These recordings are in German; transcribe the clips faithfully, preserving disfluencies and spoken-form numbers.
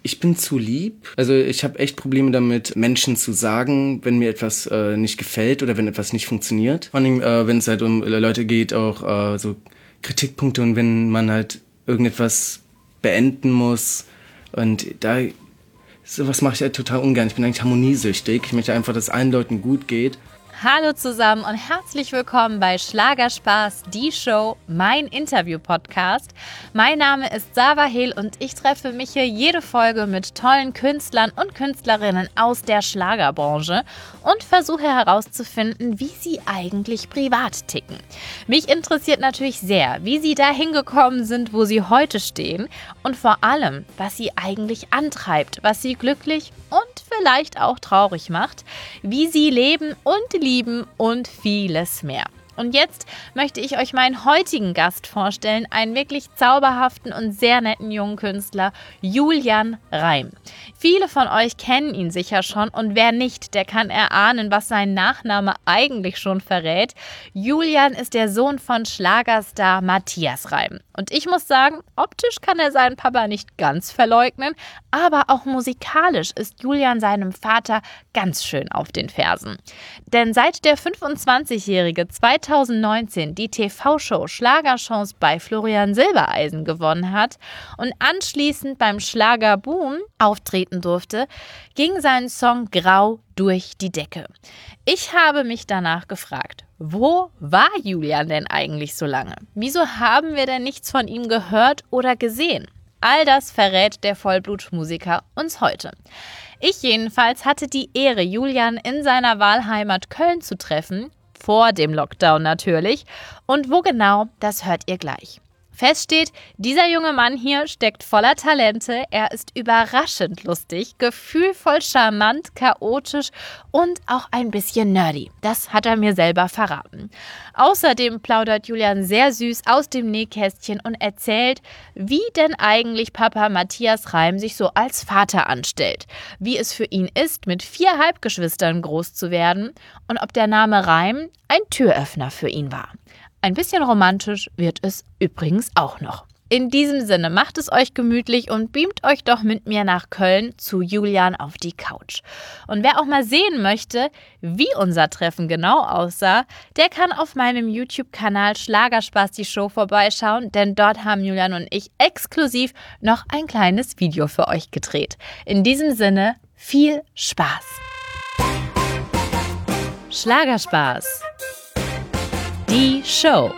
Ich bin zu lieb. Also ich habe echt Probleme damit, Menschen zu sagen, wenn mir etwas äh, nicht gefällt oder wenn etwas nicht funktioniert. Vor allem, äh, wenn es halt um Leute geht, auch äh, so Kritikpunkte und wenn man halt irgendetwas beenden muss. Und da, sowas mache ich halt total ungern. Ich bin eigentlich harmoniesüchtig. Ich möchte einfach, dass es allen Leuten gut geht. Hallo zusammen und herzlich willkommen bei Schlagerspaß, die Show, mein Interview-Podcast. Mein Name ist Sava Hehl und ich treffe mich hier jede Folge mit tollen Künstlern und Künstlerinnen aus der Schlagerbranche und versuche herauszufinden, wie sie eigentlich privat ticken. Mich interessiert natürlich sehr, wie sie da hingekommen sind, wo sie heute stehen und vor allem, was sie eigentlich antreibt, was sie glücklich und vielleicht auch traurig macht, wie sie leben und lieben und vieles mehr. Und jetzt möchte ich euch meinen heutigen Gast vorstellen, einen wirklich zauberhaften und sehr netten jungen Künstler, Julian Reim. Viele von euch kennen ihn sicher schon und wer nicht, der kann erahnen, was sein Nachname eigentlich schon verrät. Julian ist der Sohn von Schlagerstar Matthias Reim. Und ich muss sagen, optisch kann er seinen Papa nicht ganz verleugnen, aber auch musikalisch ist Julian seinem Vater ganz schön auf den Fersen. Denn seit der fünfundzwanzigjährige zweitausendneunzehn die T V-Show Schlagerchance bei Florian Silbereisen gewonnen hat und anschließend beim Schlagerboom auftreten durfte, ging sein Song Grau durch die Decke. Ich habe mich danach gefragt, wo war Julian denn eigentlich so lange? Wieso haben wir denn nichts von ihm gehört oder gesehen? All das verrät der Vollblutmusiker uns heute. Ich jedenfalls hatte die Ehre, Julian in seiner Wahlheimat Köln zu treffen, vor dem Lockdown natürlich. Und wo genau, das hört ihr gleich. Fest steht, dieser junge Mann hier steckt voller Talente, er ist überraschend lustig, gefühlvoll charmant, chaotisch und auch ein bisschen nerdy. Das hat er mir selber verraten. Außerdem plaudert Julian sehr süß aus dem Nähkästchen und erzählt, wie denn eigentlich Papa Matthias Reim sich so als Vater anstellt, wie es für ihn ist, mit vier Halbgeschwistern groß zu werden und ob der Name Reim ein Türöffner für ihn war. Ein bisschen romantisch wird es übrigens auch noch. In diesem Sinne, macht es euch gemütlich und beamt euch doch mit mir nach Köln zu Julian auf die Couch. Und wer auch mal sehen möchte, wie unser Treffen genau aussah, der kann auf meinem YouTube-Kanal Schlagerspaß die Show vorbeischauen, denn dort haben Julian und ich exklusiv noch ein kleines Video für euch gedreht. In diesem Sinne, viel Spaß! Schlagerspaß. Die Show.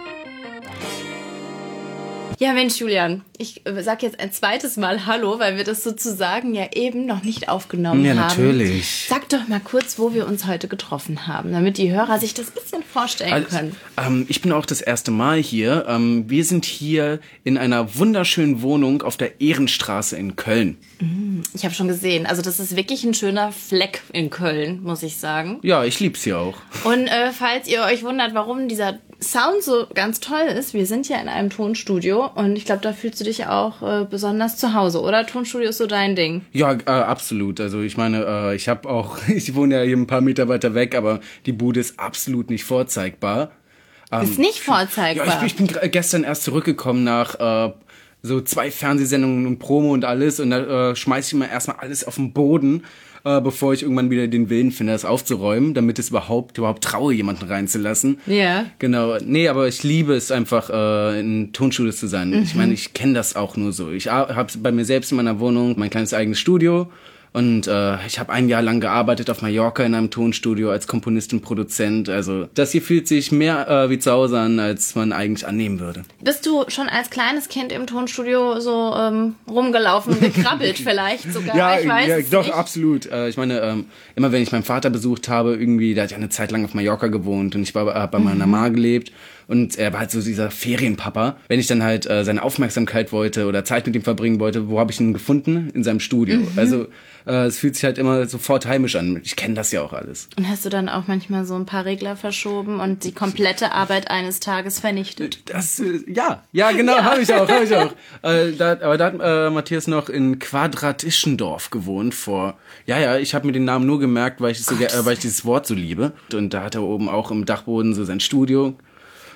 Ja, Mensch, Julian, ich äh, sag jetzt ein zweites Mal Hallo, weil wir das sozusagen ja eben noch nicht aufgenommen ja, haben. Ja, natürlich. Sag doch mal kurz, wo wir uns heute getroffen haben, damit die Hörer sich das ein bisschen vorstellen also, können. Ähm, ich bin auch das erste Mal hier. Ähm, wir sind hier in einer wunderschönen Wohnung auf der Ehrenstraße in Köln. Ich habe schon gesehen. Also das ist wirklich ein schöner Fleck in Köln, muss ich sagen. Ja, ich lieb's hier auch. Und äh, falls ihr euch wundert, warum dieser Sound so ganz toll ist, wir sind ja in einem Tonstudio und ich glaube, da fühlst du dich auch äh, besonders zu Hause, oder? Tonstudio ist so dein Ding. Ja, äh, absolut. Also ich meine, äh, ich habe auch, ich wohne ja hier ein paar Meter weiter weg, aber die Bude ist absolut nicht vorzeigbar. Ähm, ist nicht vorzeigbar? Ja, ich bin, ich bin gestern erst zurückgekommen nach äh, so zwei Fernsehsendungen und Promo und alles und da äh, schmeiß ich immer erstmal alles auf den Boden, äh, bevor ich irgendwann wieder den Willen finde, das aufzuräumen, damit es überhaupt überhaupt traue, jemanden reinzulassen. Ja. Yeah. Genau. Nee, aber ich liebe es einfach, äh, in Tonstudios zu sein. Mhm. Ich meine, ich kenne das auch nur so. Ich habe bei mir selbst in meiner Wohnung mein kleines eigenes Studio. Und äh, ich habe ein Jahr lang gearbeitet auf Mallorca in einem Tonstudio als Komponist und Produzent. Also das hier fühlt sich mehr äh, wie zu Hause an, als man eigentlich annehmen würde. Bist du schon als kleines Kind im Tonstudio so ähm, rumgelaufen, gekrabbelt vielleicht sogar? Ja, ich weiß ja es doch, nicht. absolut. Äh, ich meine, ähm, immer wenn ich meinen Vater besucht habe, irgendwie, der hat ja eine Zeit lang auf Mallorca gewohnt und ich war äh, bei meiner mhm. Mama gelebt. Und er war halt so dieser Ferienpapa. Wenn ich dann halt äh, seine Aufmerksamkeit wollte oder Zeit mit ihm verbringen wollte, wo habe ich ihn gefunden? In seinem Studio. Mhm. Also äh, es fühlt sich halt immer sofort heimisch an. Ich kenne das ja auch alles. Und hast du dann auch manchmal so ein paar Regler verschoben und die komplette Arbeit eines Tages vernichtet? Das, äh, ja, ja genau, ja. habe ich auch, habe ich auch. Äh, da, aber da hat äh, Matthias noch in Quadratischendorf gewohnt vor, ja, ja, ich habe mir den Namen nur gemerkt, weil ich, so, äh, weil ich dieses Wort so liebe. Und da hat er oben auch im Dachboden so sein Studio.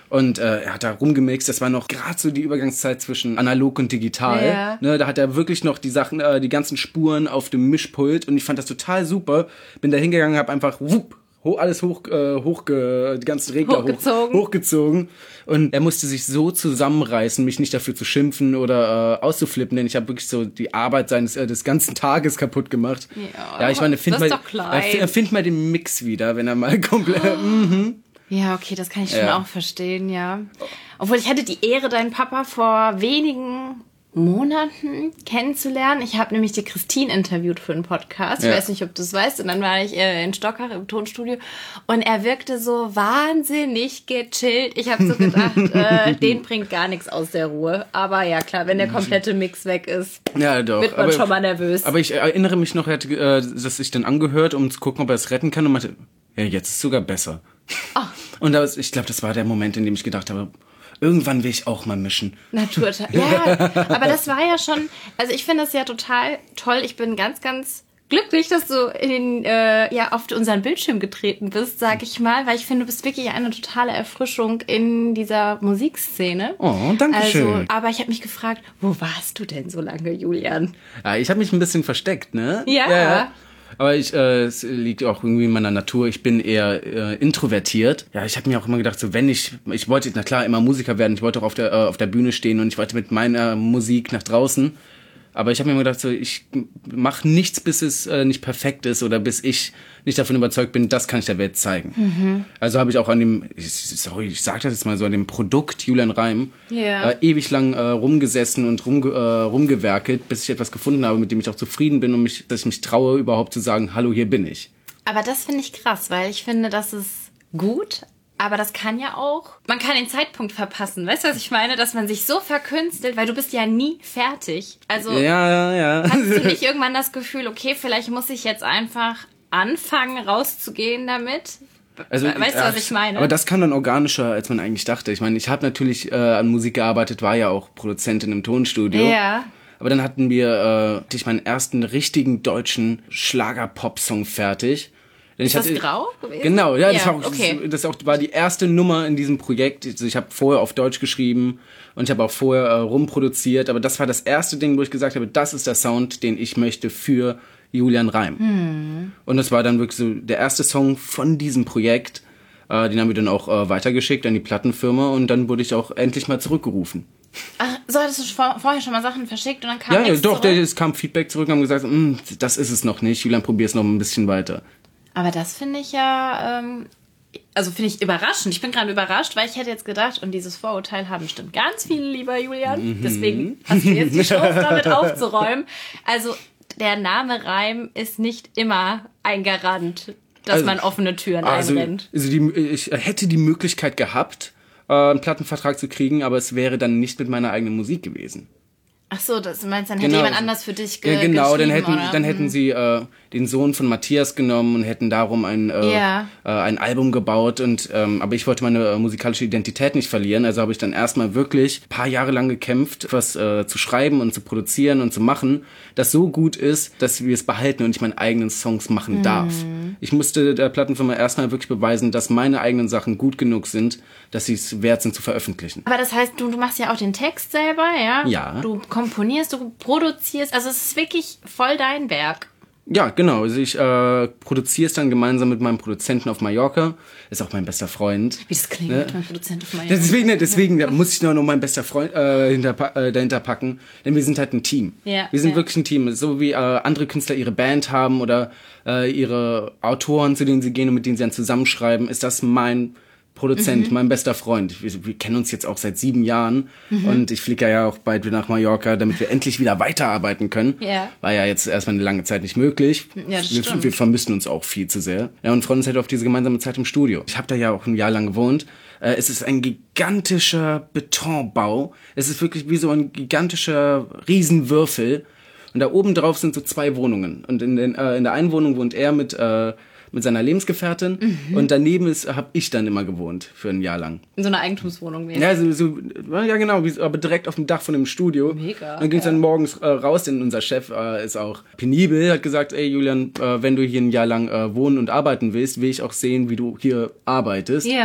Und äh, er hat da rumgemixt. Das war noch gerade so die Übergangszeit zwischen analog und digital. Ja. Ne, da hat er wirklich noch die Sachen, äh, die ganzen Spuren auf dem Mischpult. Und ich fand das total super. Bin da hingegangen, habe einfach wupp, ho- alles hoch, äh, hochge, die ganzen Regler Hochgezogen. Hoch, hochgezogen. Und er musste sich so zusammenreißen, mich nicht dafür zu schimpfen oder äh, auszuflippen, denn ich habe wirklich so die Arbeit seines äh, des ganzen Tages kaputt gemacht. Ja, ja ich meine, find das mal, ist doch klein. äh, find mal den Mix wieder, wenn er mal komplett. Oh. mhm. Ja, okay, das kann ich schon Ja. auch verstehen, ja. Obwohl ich hatte die Ehre, deinen Papa vor wenigen Monaten kennenzulernen. Ich habe nämlich die Christine interviewt für einen Podcast. Ich Ja. weiß nicht, ob du es weißt. Und dann war ich äh, in Stockach im Tonstudio und er wirkte so wahnsinnig gechillt. Ich habe so gedacht, äh, den bringt gar nichts aus der Ruhe. Aber ja, klar, wenn der komplette Mix weg ist, Ja, doch. wird man aber, schon mal nervös. Aber ich erinnere mich noch, er hat äh, das sich dann angehört, um zu gucken, ob er es retten kann und meinte, ja, jetzt ist es sogar besser. Oh. Und das, ich glaube, das war der Moment, in dem ich gedacht habe, irgendwann will ich auch mal mischen. Naturtal. Ja, aber das war ja schon, also ich finde das ja total toll. Ich bin ganz, ganz glücklich, dass du in, äh, ja, auf unseren Bildschirm getreten bist, sag ich mal, weil ich finde, du bist wirklich eine totale Erfrischung in dieser Musikszene. Oh, danke schön. Also, aber ich habe mich gefragt, wo warst du denn so lange, Julian? Ja, ich habe mich ein bisschen versteckt, ne? Ja. ja, ja. Aber ich, äh, es liegt auch irgendwie in meiner Natur. Ich bin eher äh, introvertiert. Ja, ich habe mir auch immer gedacht, so wenn ich, ich wollte, na klar, immer Musiker werden. Ich wollte auch auf der, äh, auf der Bühne stehen und ich wollte mit meiner Musik nach draußen. Aber ich habe mir immer gedacht, so, ich mache nichts, bis es äh, nicht perfekt ist oder bis ich nicht davon überzeugt bin, das kann ich der Welt zeigen. Mhm. Also habe ich auch an dem, sorry, ich sage das jetzt mal so, an dem Produkt Julian Reim Ja. äh, ewig lang äh, rumgesessen und rumge äh, rumgewerkelt, bis ich etwas gefunden habe, mit dem ich auch zufrieden bin und mich, dass ich mich traue, überhaupt zu sagen, hallo, hier bin ich. Aber das finde ich krass, weil ich finde, das ist gut. Aber das kann ja auch, man kann den Zeitpunkt verpassen. Weißt du, was ich meine? Dass man sich so verkünstelt, weil du bist ja nie fertig. Also Ja, ja, ja. hast du nicht irgendwann das Gefühl, okay, vielleicht muss ich jetzt einfach anfangen, rauszugehen damit? Also, weißt du, was ich meine? Aber das kam dann organischer, als man eigentlich dachte. Ich meine, ich habe natürlich äh, an Musik gearbeitet, war ja auch Produzentin im Tonstudio. Ja. Aber dann hatten wir äh, ich meinen ersten richtigen deutschen Schlager-Pop-Song fertig. Denn Ist ich das hatte, Grau gewesen? Genau, ja, das, Ja, war auch, okay. das, das auch, war die erste Nummer in diesem Projekt. Also ich habe vorher auf Deutsch geschrieben und ich habe auch vorher äh, rumproduziert. Aber das war das erste Ding, wo ich gesagt habe, das ist der Sound, den ich möchte für Julian Reim. Hm. Und das war dann wirklich so der erste Song von diesem Projekt. Äh, den haben wir dann auch äh, weitergeschickt an die Plattenfirma und dann wurde ich auch endlich mal zurückgerufen. Ach, so hattest du vor, vorher schon mal Sachen verschickt und dann kam Ja, ja, nichts doch, zurück? der, es kam Feedback zurück und haben gesagt, "Mm, das ist es noch nicht. Julian, probier es noch ein bisschen weiter. Aber das finde ich ja, ähm, also finde ich überraschend. Ich bin gerade überrascht, weil ich hätte jetzt gedacht, und dieses Vorurteil haben bestimmt ganz viele, lieber Julian. Mhm. Deswegen hast du jetzt die Chance, damit aufzuräumen. Also der Name Reim ist nicht immer ein Garant, dass Also- man offene Türen Also, einrennt. also die, ich hätte die Möglichkeit gehabt, äh, einen Plattenvertrag zu kriegen, aber es wäre dann nicht mit meiner eigenen Musik gewesen. Ach so, das du meinst, dann hätte Genau. jemand anders für dich ge Ja, genau, dann geschrieben, hätten, oder? dann hätten sie äh, den Sohn von Matthias genommen und hätten darum ein, äh, Ja. äh, ein Album gebaut. Und ähm, aber ich wollte meine äh, musikalische Identität nicht verlieren, also habe ich dann erstmal wirklich ein paar Jahre lang gekämpft, was äh, zu schreiben und zu produzieren und zu machen, das so gut ist, dass wir es behalten und ich meine eigenen Songs machen darf. Ich musste der Plattenfirma erstmal wirklich beweisen, dass meine eigenen Sachen gut genug sind, dass sie es wert sind zu veröffentlichen. Aber das heißt, du, du machst ja auch den Text selber, ja? Ja. Du komponierst, du produzierst, also es ist wirklich voll dein Werk. Ja, genau. Also ich äh, produziere es dann gemeinsam mit meinem Produzenten auf Mallorca. Ist auch mein bester Freund. Wie das klingt, Ne? mein Produzent auf meiner Deswegen, ne, deswegen da muss ich noch, noch meinen bester Freund äh, hinter, äh, dahinter packen, denn wir sind halt ein Team. Ja, wir sind ja. wirklich ein Team, so wie äh, andere Künstler ihre Band haben oder äh, ihre Autoren, zu denen sie gehen und mit denen sie dann zusammenschreiben, ist das mein Produzent, Mhm. mein bester Freund. Wir, wir kennen uns jetzt auch seit sieben Jahren und ich fliege ja auch bald wieder nach Mallorca, damit wir endlich wieder weiterarbeiten können. Ja. War ja jetzt erstmal eine lange Zeit nicht möglich. Ja, das wir, stimmt. wir vermissen uns auch viel zu sehr. Ja, und freuen uns halt auf diese gemeinsame Zeit im Studio. Ich habe da ja auch ein Jahr lang gewohnt. Äh, es ist ein gigantischer Betonbau. Es ist wirklich wie so ein gigantischer Riesenwürfel. Und da oben drauf sind so zwei Wohnungen. Und in, den, äh, in der einen Wohnung wohnt er mit, äh, mit seiner Lebensgefährtin. Mhm. Und daneben habe ich dann immer gewohnt für ein Jahr lang. In so einer Eigentumswohnung wäre. Ja, so, so, ja genau, wie, aber direkt auf dem Dach von dem Studio. Mega, Dann ging es ja. dann morgens äh, raus, denn unser Chef äh, ist auch penibel, hat gesagt, ey Julian, äh, wenn du hier ein Jahr lang äh, wohnen und arbeiten willst, will ich auch sehen, wie du hier arbeitest. Ja.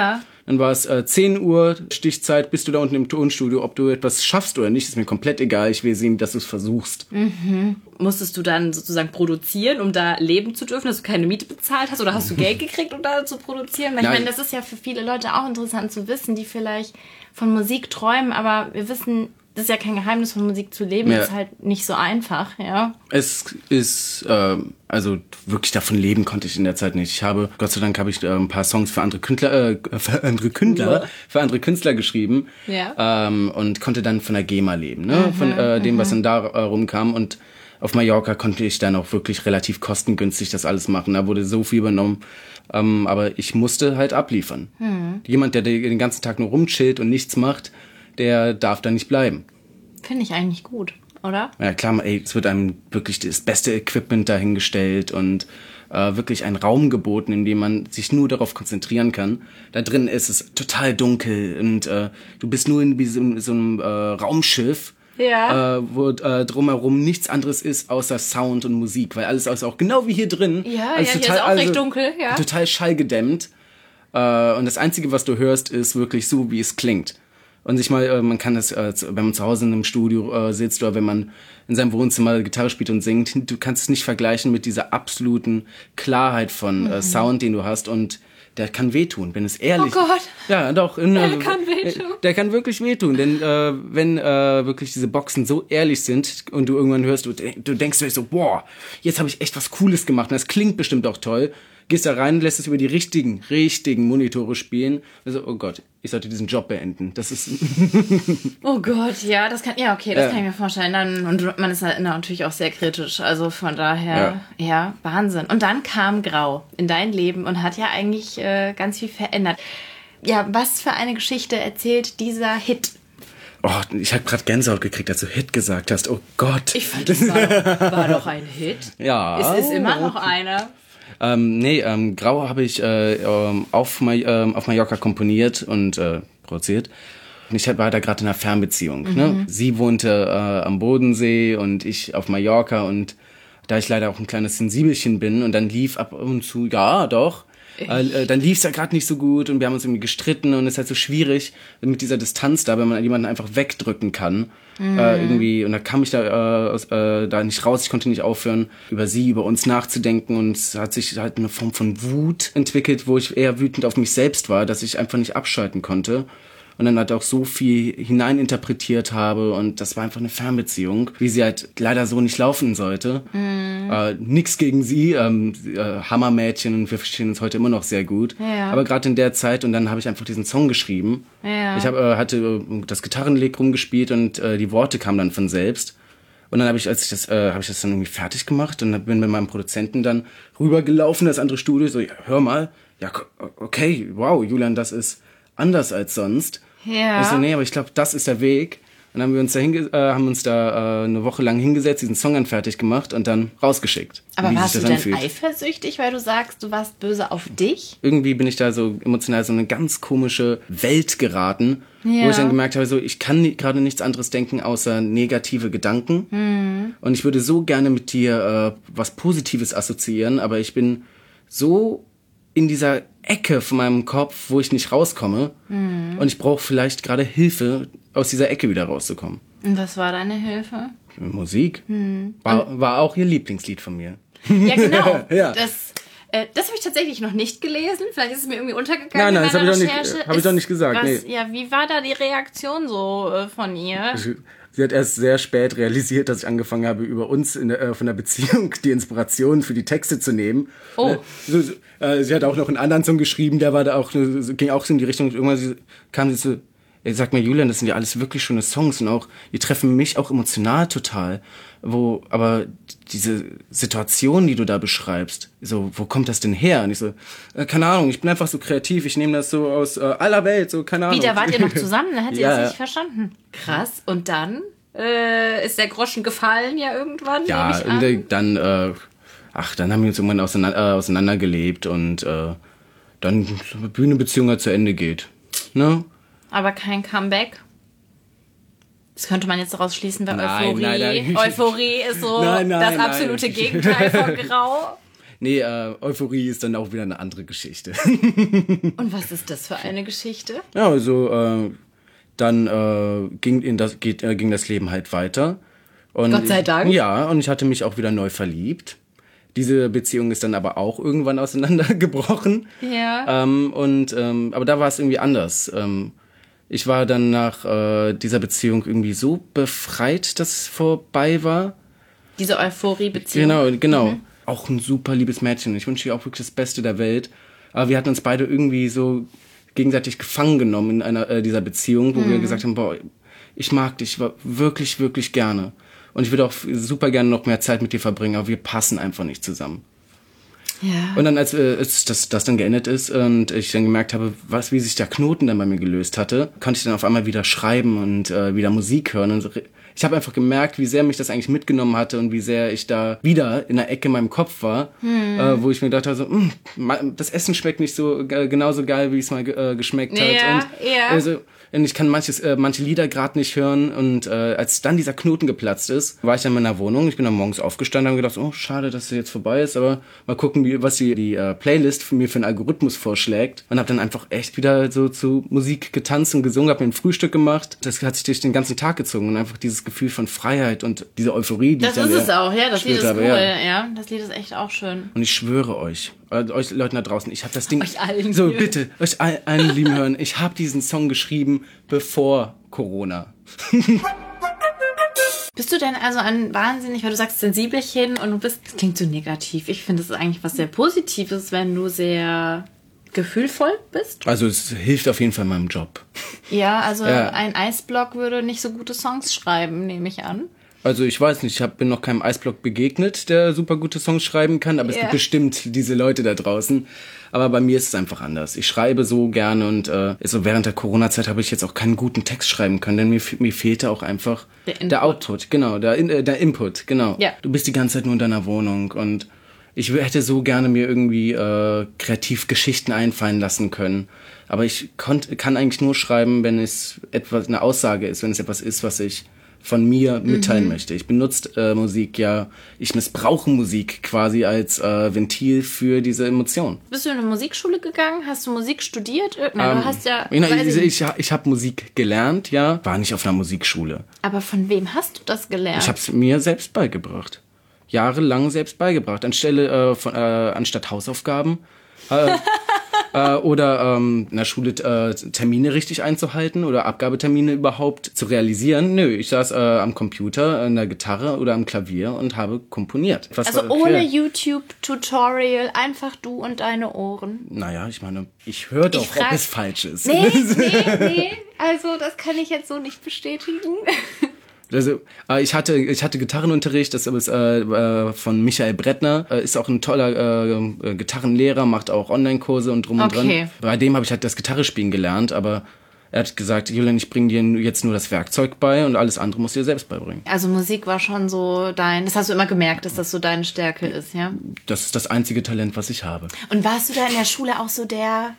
Dann war es äh, zehn Uhr, Stichzeit, bist du da unten im Tonstudio. Ob du etwas schaffst oder nicht, ist mir komplett egal. Ich will sehen, dass du es versuchst. Mhm. Musstest du dann sozusagen produzieren, um da leben zu dürfen, dass du keine Miete bezahlt hast? Oder hast du Geld gekriegt, um da zu produzieren? Weil ich meine, das ist ja für viele Leute auch interessant zu wissen, die vielleicht von Musik träumen. Aber wir wissen, das ist ja kein Geheimnis, von Musik zu leben. Ja. Das ist halt nicht so einfach, ja. Es ist, äh, also wirklich davon leben konnte ich in der Zeit nicht. Ich habe, Gott sei Dank habe ich äh, ein paar Songs für andere Künstler, äh, für andere Künstler, für andere Künstler geschrieben. Ja. Ähm, und konnte dann von der GEMA leben, ne? Mhm, von äh, dem, was dann da äh, rumkam. Und auf Mallorca konnte ich dann auch wirklich relativ kostengünstig das alles machen. Da wurde so viel übernommen. Ähm, aber ich musste halt abliefern. Mhm. Jemand, der den ganzen Tag nur rumchillt und nichts macht, der darf da nicht bleiben. Finde ich eigentlich gut, oder? Ja klar, ey, es wird einem wirklich das beste Equipment dahingestellt und äh, wirklich ein Raum geboten, in dem man sich nur darauf konzentrieren kann. Da drin ist es total dunkel und äh, du bist nur in so, so einem äh, Raumschiff, ja. äh, wo äh, drumherum nichts anderes ist außer Sound und Musik, weil alles ist auch genau wie hier drin. Ja, also ja, total, hier ist auch also, recht dunkel, ja. Total schallgedämmt. Äh, und das Einzige, was du hörst, ist wirklich so, wie es klingt. Und sich mal, man kann das, wenn man zu Hause in einem Studio sitzt oder wenn man in seinem Wohnzimmer Gitarre spielt und singt, du kannst es nicht vergleichen mit dieser absoluten Klarheit von mhm. Sound, den du hast. Und der kann wehtun, wenn es ehrlich... Oh Gott! Ja, doch. Der äh, kann wehtun. Der kann wirklich wehtun, denn äh, wenn äh, wirklich diese Boxen so ehrlich sind und du irgendwann hörst, du, du denkst dir so, boah, jetzt habe ich echt was Cooles gemacht und das klingt bestimmt auch toll. Gehst da rein, lässt es über die richtigen, richtigen Monitore spielen. Also, oh Gott, ich sollte diesen Job beenden. Das ist... Oh Gott, ja, das kann, ja, okay, das ja. kann ich mir vorstellen. Dann, und man ist halt natürlich auch sehr kritisch. Also von daher, ja. ja, Wahnsinn. Und dann kam Grau in dein Leben und hat ja eigentlich äh, ganz viel verändert. Ja, was für eine Geschichte erzählt dieser Hit? Oh, ich habe gerade Gänsehaut gekriegt, als du Hit gesagt hast. Oh Gott. Ich fand, das war doch, war doch ein Hit. Ja. Es ist immer noch einer. Ähm, nee, ähm, Grau habe ich äh, auf, Ma- äh, auf Mallorca komponiert und äh, produziert. Und ich war da gerade in einer Fernbeziehung. Mhm. Ne? Sie wohnte äh, am Bodensee und ich auf Mallorca. Und da ich leider auch ein kleines Sensibelchen bin und dann lief ab und zu, ja doch, äh, dann lief es ja gerade nicht so gut und wir haben uns irgendwie gestritten und es ist halt so schwierig mit dieser Distanz da, wenn man jemanden einfach wegdrücken kann. Mhm. Äh, irgendwie, und da kam ich da, äh, aus, äh, da nicht raus, ich konnte nicht aufhören, über sie, über uns nachzudenken und es hat sich halt eine Form von Wut entwickelt, wo ich eher wütend auf mich selbst war, dass ich einfach nicht abschalten konnte. Und dann halt auch so viel hineininterpretiert habe und das war einfach eine Fernbeziehung, wie sie halt leider so nicht laufen sollte. Mm. Äh, nix gegen sie, ähm, äh, Hammermädchen und wir verstehen uns heute immer noch sehr gut. Ja. Aber gerade in der Zeit und dann habe ich einfach diesen Song geschrieben. Ja. Ich hab, äh, hatte das Gitarrenlick rumgespielt und äh, die Worte kamen dann von selbst. Und dann habe ich, als ich das, äh, habe ich das dann irgendwie fertig gemacht und bin mit meinem Produzenten dann rübergelaufen, das andere Studio, so, ja, hör mal, ja, okay, wow, Julian, das ist anders als sonst. Ja. Ich so, nee, aber ich glaube, das ist der Weg. Und dann haben wir uns da, hinge- äh, haben uns da äh, eine Woche lang hingesetzt, diesen Song dann fertig gemacht und dann rausgeschickt. Aber warst du denn anfühlt. eifersüchtig, weil du sagst, du warst böse auf dich? Irgendwie bin ich da so emotional so eine ganz komische Welt geraten, ja. wo ich dann gemerkt habe, so ich kann nie, gerade nichts anderes denken, außer negative Gedanken. Mhm. Und ich würde so gerne mit dir äh, was Positives assoziieren, aber ich bin so in dieser Ecke von meinem Kopf, wo ich nicht rauskomme. Mhm. Und ich brauche vielleicht gerade Hilfe, aus dieser Ecke wieder rauszukommen. Und was war deine Hilfe? Musik. Mhm. War, war auch ihr Lieblingslied von mir. Ja, genau. ja. Das, äh, das habe ich tatsächlich noch nicht gelesen. Vielleicht ist es mir irgendwie untergegangen. Nein, nein, das habe ich, doch nicht, hab ich doch nicht gesagt. Was, nee. Ja, wie war da die Reaktion so äh, von ihr? Ich, Sie hat erst sehr spät realisiert, dass ich angefangen habe, über uns in der, äh, von der Beziehung die Inspiration für die Texte zu nehmen. Oh. So, so, äh, sie hat auch noch einen anderen Song geschrieben, der war da auch, ging auch so in die Richtung. Irgendwann sie, kam sie so, ey, sag mal, Julian, das sind ja alles wirklich schöne Songs und auch, die treffen mich auch emotional total. Wo, aber diese Situation, die du da beschreibst, so, wo kommt das denn her? Und ich so, äh, keine Ahnung, ich bin einfach so kreativ, ich nehme das so aus äh, aller Welt, so, keine Ahnung. Wie, da wart ihr noch zusammen? Da hat sie ja, das nicht verstanden. Krass. Und dann äh, ist der Groschen gefallen ja irgendwann, ja, nehme ich an. dann, äh, ach, dann haben wir uns irgendwann auseinander, äh, auseinandergelebt und äh, dann Bühnenbeziehung halt zu Ende geht. Ne? Aber kein Comeback? Das könnte man jetzt daraus schließen, weil nein, Euphorie, nein, nein. Euphorie ist so nein, nein, das absolute nein. Gegenteil von Grau. Nee, äh, Euphorie ist dann auch wieder eine andere Geschichte. Und was ist das für eine Geschichte? Ja, also äh, dann äh, ging, in das, geht, äh, ging das Leben halt weiter. Und Gott sei Dank. Ich, ja, und ich hatte mich auch wieder neu verliebt. Diese Beziehung ist dann aber auch irgendwann auseinandergebrochen. Ja. Ähm, und ähm, aber da war es irgendwie anders. Ähm, ich war dann nach äh, dieser Beziehung irgendwie so befreit, dass es vorbei war. Diese Euphorie-Beziehung. Genau, genau. Mhm. Auch ein super liebes Mädchen. Ich wünsche ihr auch wirklich das Beste der Welt. Aber wir hatten uns beide irgendwie so gegenseitig gefangen genommen in einer äh, dieser Beziehung, wo mhm. wir gesagt haben, boah, ich mag dich wirklich, wirklich gerne. Und ich würde auch super gerne noch mehr Zeit mit dir verbringen, aber wir passen einfach nicht zusammen. Ja. Und dann, als äh, das, das dann geendet ist und ich dann gemerkt habe, was, wie sich der Knoten dann bei mir gelöst hatte, konnte ich dann auf einmal wieder schreiben und äh, wieder Musik hören. Und ich habe einfach gemerkt, wie sehr mich das eigentlich mitgenommen hatte und wie sehr ich da wieder in der Ecke in meinem Kopf war, hm. äh, wo ich mir gedacht habe, so, das Essen schmeckt nicht so äh, genauso geil, wie es mal äh, geschmeckt hat. Ja, und ja. Also, und ich kann manches, äh, manche Lieder gerade nicht hören. Und äh, als dann dieser Knoten geplatzt ist, war ich dann in meiner Wohnung. Ich bin dann morgens aufgestanden und habe gedacht, oh, schade, dass es jetzt vorbei ist. Aber mal gucken, wie, was die, die äh, Playlist für mir für einen Algorithmus vorschlägt. Und habe dann einfach echt wieder so zu Musik getanzt und gesungen, habe mir ein Frühstück gemacht. Das hat sich durch den ganzen Tag gezogen. Und einfach dieses Gefühl von Freiheit und diese Euphorie, die das ich dann ist es auch, ja. Das Lied ist habe, cool, ja. ja. Das Lied ist echt auch schön. Und ich schwöre euch, äh, euch Leuten da draußen, ich habe das Ding... Euch allen So, hier. bitte, euch all, allen lieben hören. Ich habe diesen Song geschrieben, bevor Corona. Bist du denn also ein wahnsinnig, weil du sagst Sensibelchen und du bist, das klingt so negativ. Ich finde, es ist eigentlich was sehr Positives, wenn du sehr gefühlvoll bist. Also es hilft auf jeden Fall meinem Job. Ja, also Ja. ein Eisblock würde nicht so gute Songs schreiben, nehme ich an. Also ich weiß nicht, ich hab, bin noch keinem Eisblock begegnet, der super gute Songs schreiben kann, aber es Ja. gibt bestimmt diese Leute da draußen. Aber bei mir ist es einfach anders. Ich schreibe so gerne und äh, so während der Corona-Zeit habe ich jetzt auch keinen guten Text schreiben können, denn mir, mir fehlte auch einfach Der Input. der Output, genau, der, In- äh, der Input, genau. Ja. Du bist die ganze Zeit nur in deiner Wohnung und ich w- hätte so gerne mir irgendwie äh, kreativ Geschichten einfallen lassen können. Aber ich konnt, kann eigentlich nur schreiben, wenn es etwas eine Aussage ist, wenn es etwas ist, was ich von mir mitteilen Mhm. möchte. Ich benutze äh, Musik ja, ich missbrauche Musik quasi als äh, Ventil für diese Emotion. Bist du in eine Musikschule gegangen? Hast du Musik studiert? Nein, Ähm, du hast ja... ich weiß ich ich, ich, ich habe Musik gelernt, ja, war nicht auf einer Musikschule. aber von wem hast du das gelernt? Ich habe es mir selbst beigebracht. Jahrelang selbst beigebracht. Anstelle äh, von, äh, anstatt Hausaufgaben äh, äh, oder ähm, in der Schule äh, Termine richtig einzuhalten oder Abgabetermine überhaupt zu realisieren. Nö, ich saß äh, am Computer, an der Gitarre oder am Klavier und habe komponiert. Was also war- ohne ja. YouTube-Tutorial, einfach du und deine Ohren. Naja, ich meine, ich höre doch, Ich frag- ob es falsch ist. Nee, nee, nee. Also das kann ich jetzt so nicht bestätigen. Also, äh, ich hatte, ich hatte Gitarrenunterricht, das ist äh, äh, von Michael Brettner, äh, ist auch ein toller äh, äh, Gitarrenlehrer, macht auch Online-Kurse und drum und Okay. dran. Bei dem habe ich halt das Gitarrespielen gelernt, aber er hat gesagt, Julian, ich bringe dir jetzt nur das Werkzeug bei und alles andere musst du dir selbst beibringen. Also Musik war schon so dein, das hast du immer gemerkt, dass das so deine Stärke ist, ja? Das ist das einzige Talent, was ich habe. Und warst du da in der Schule auch so der,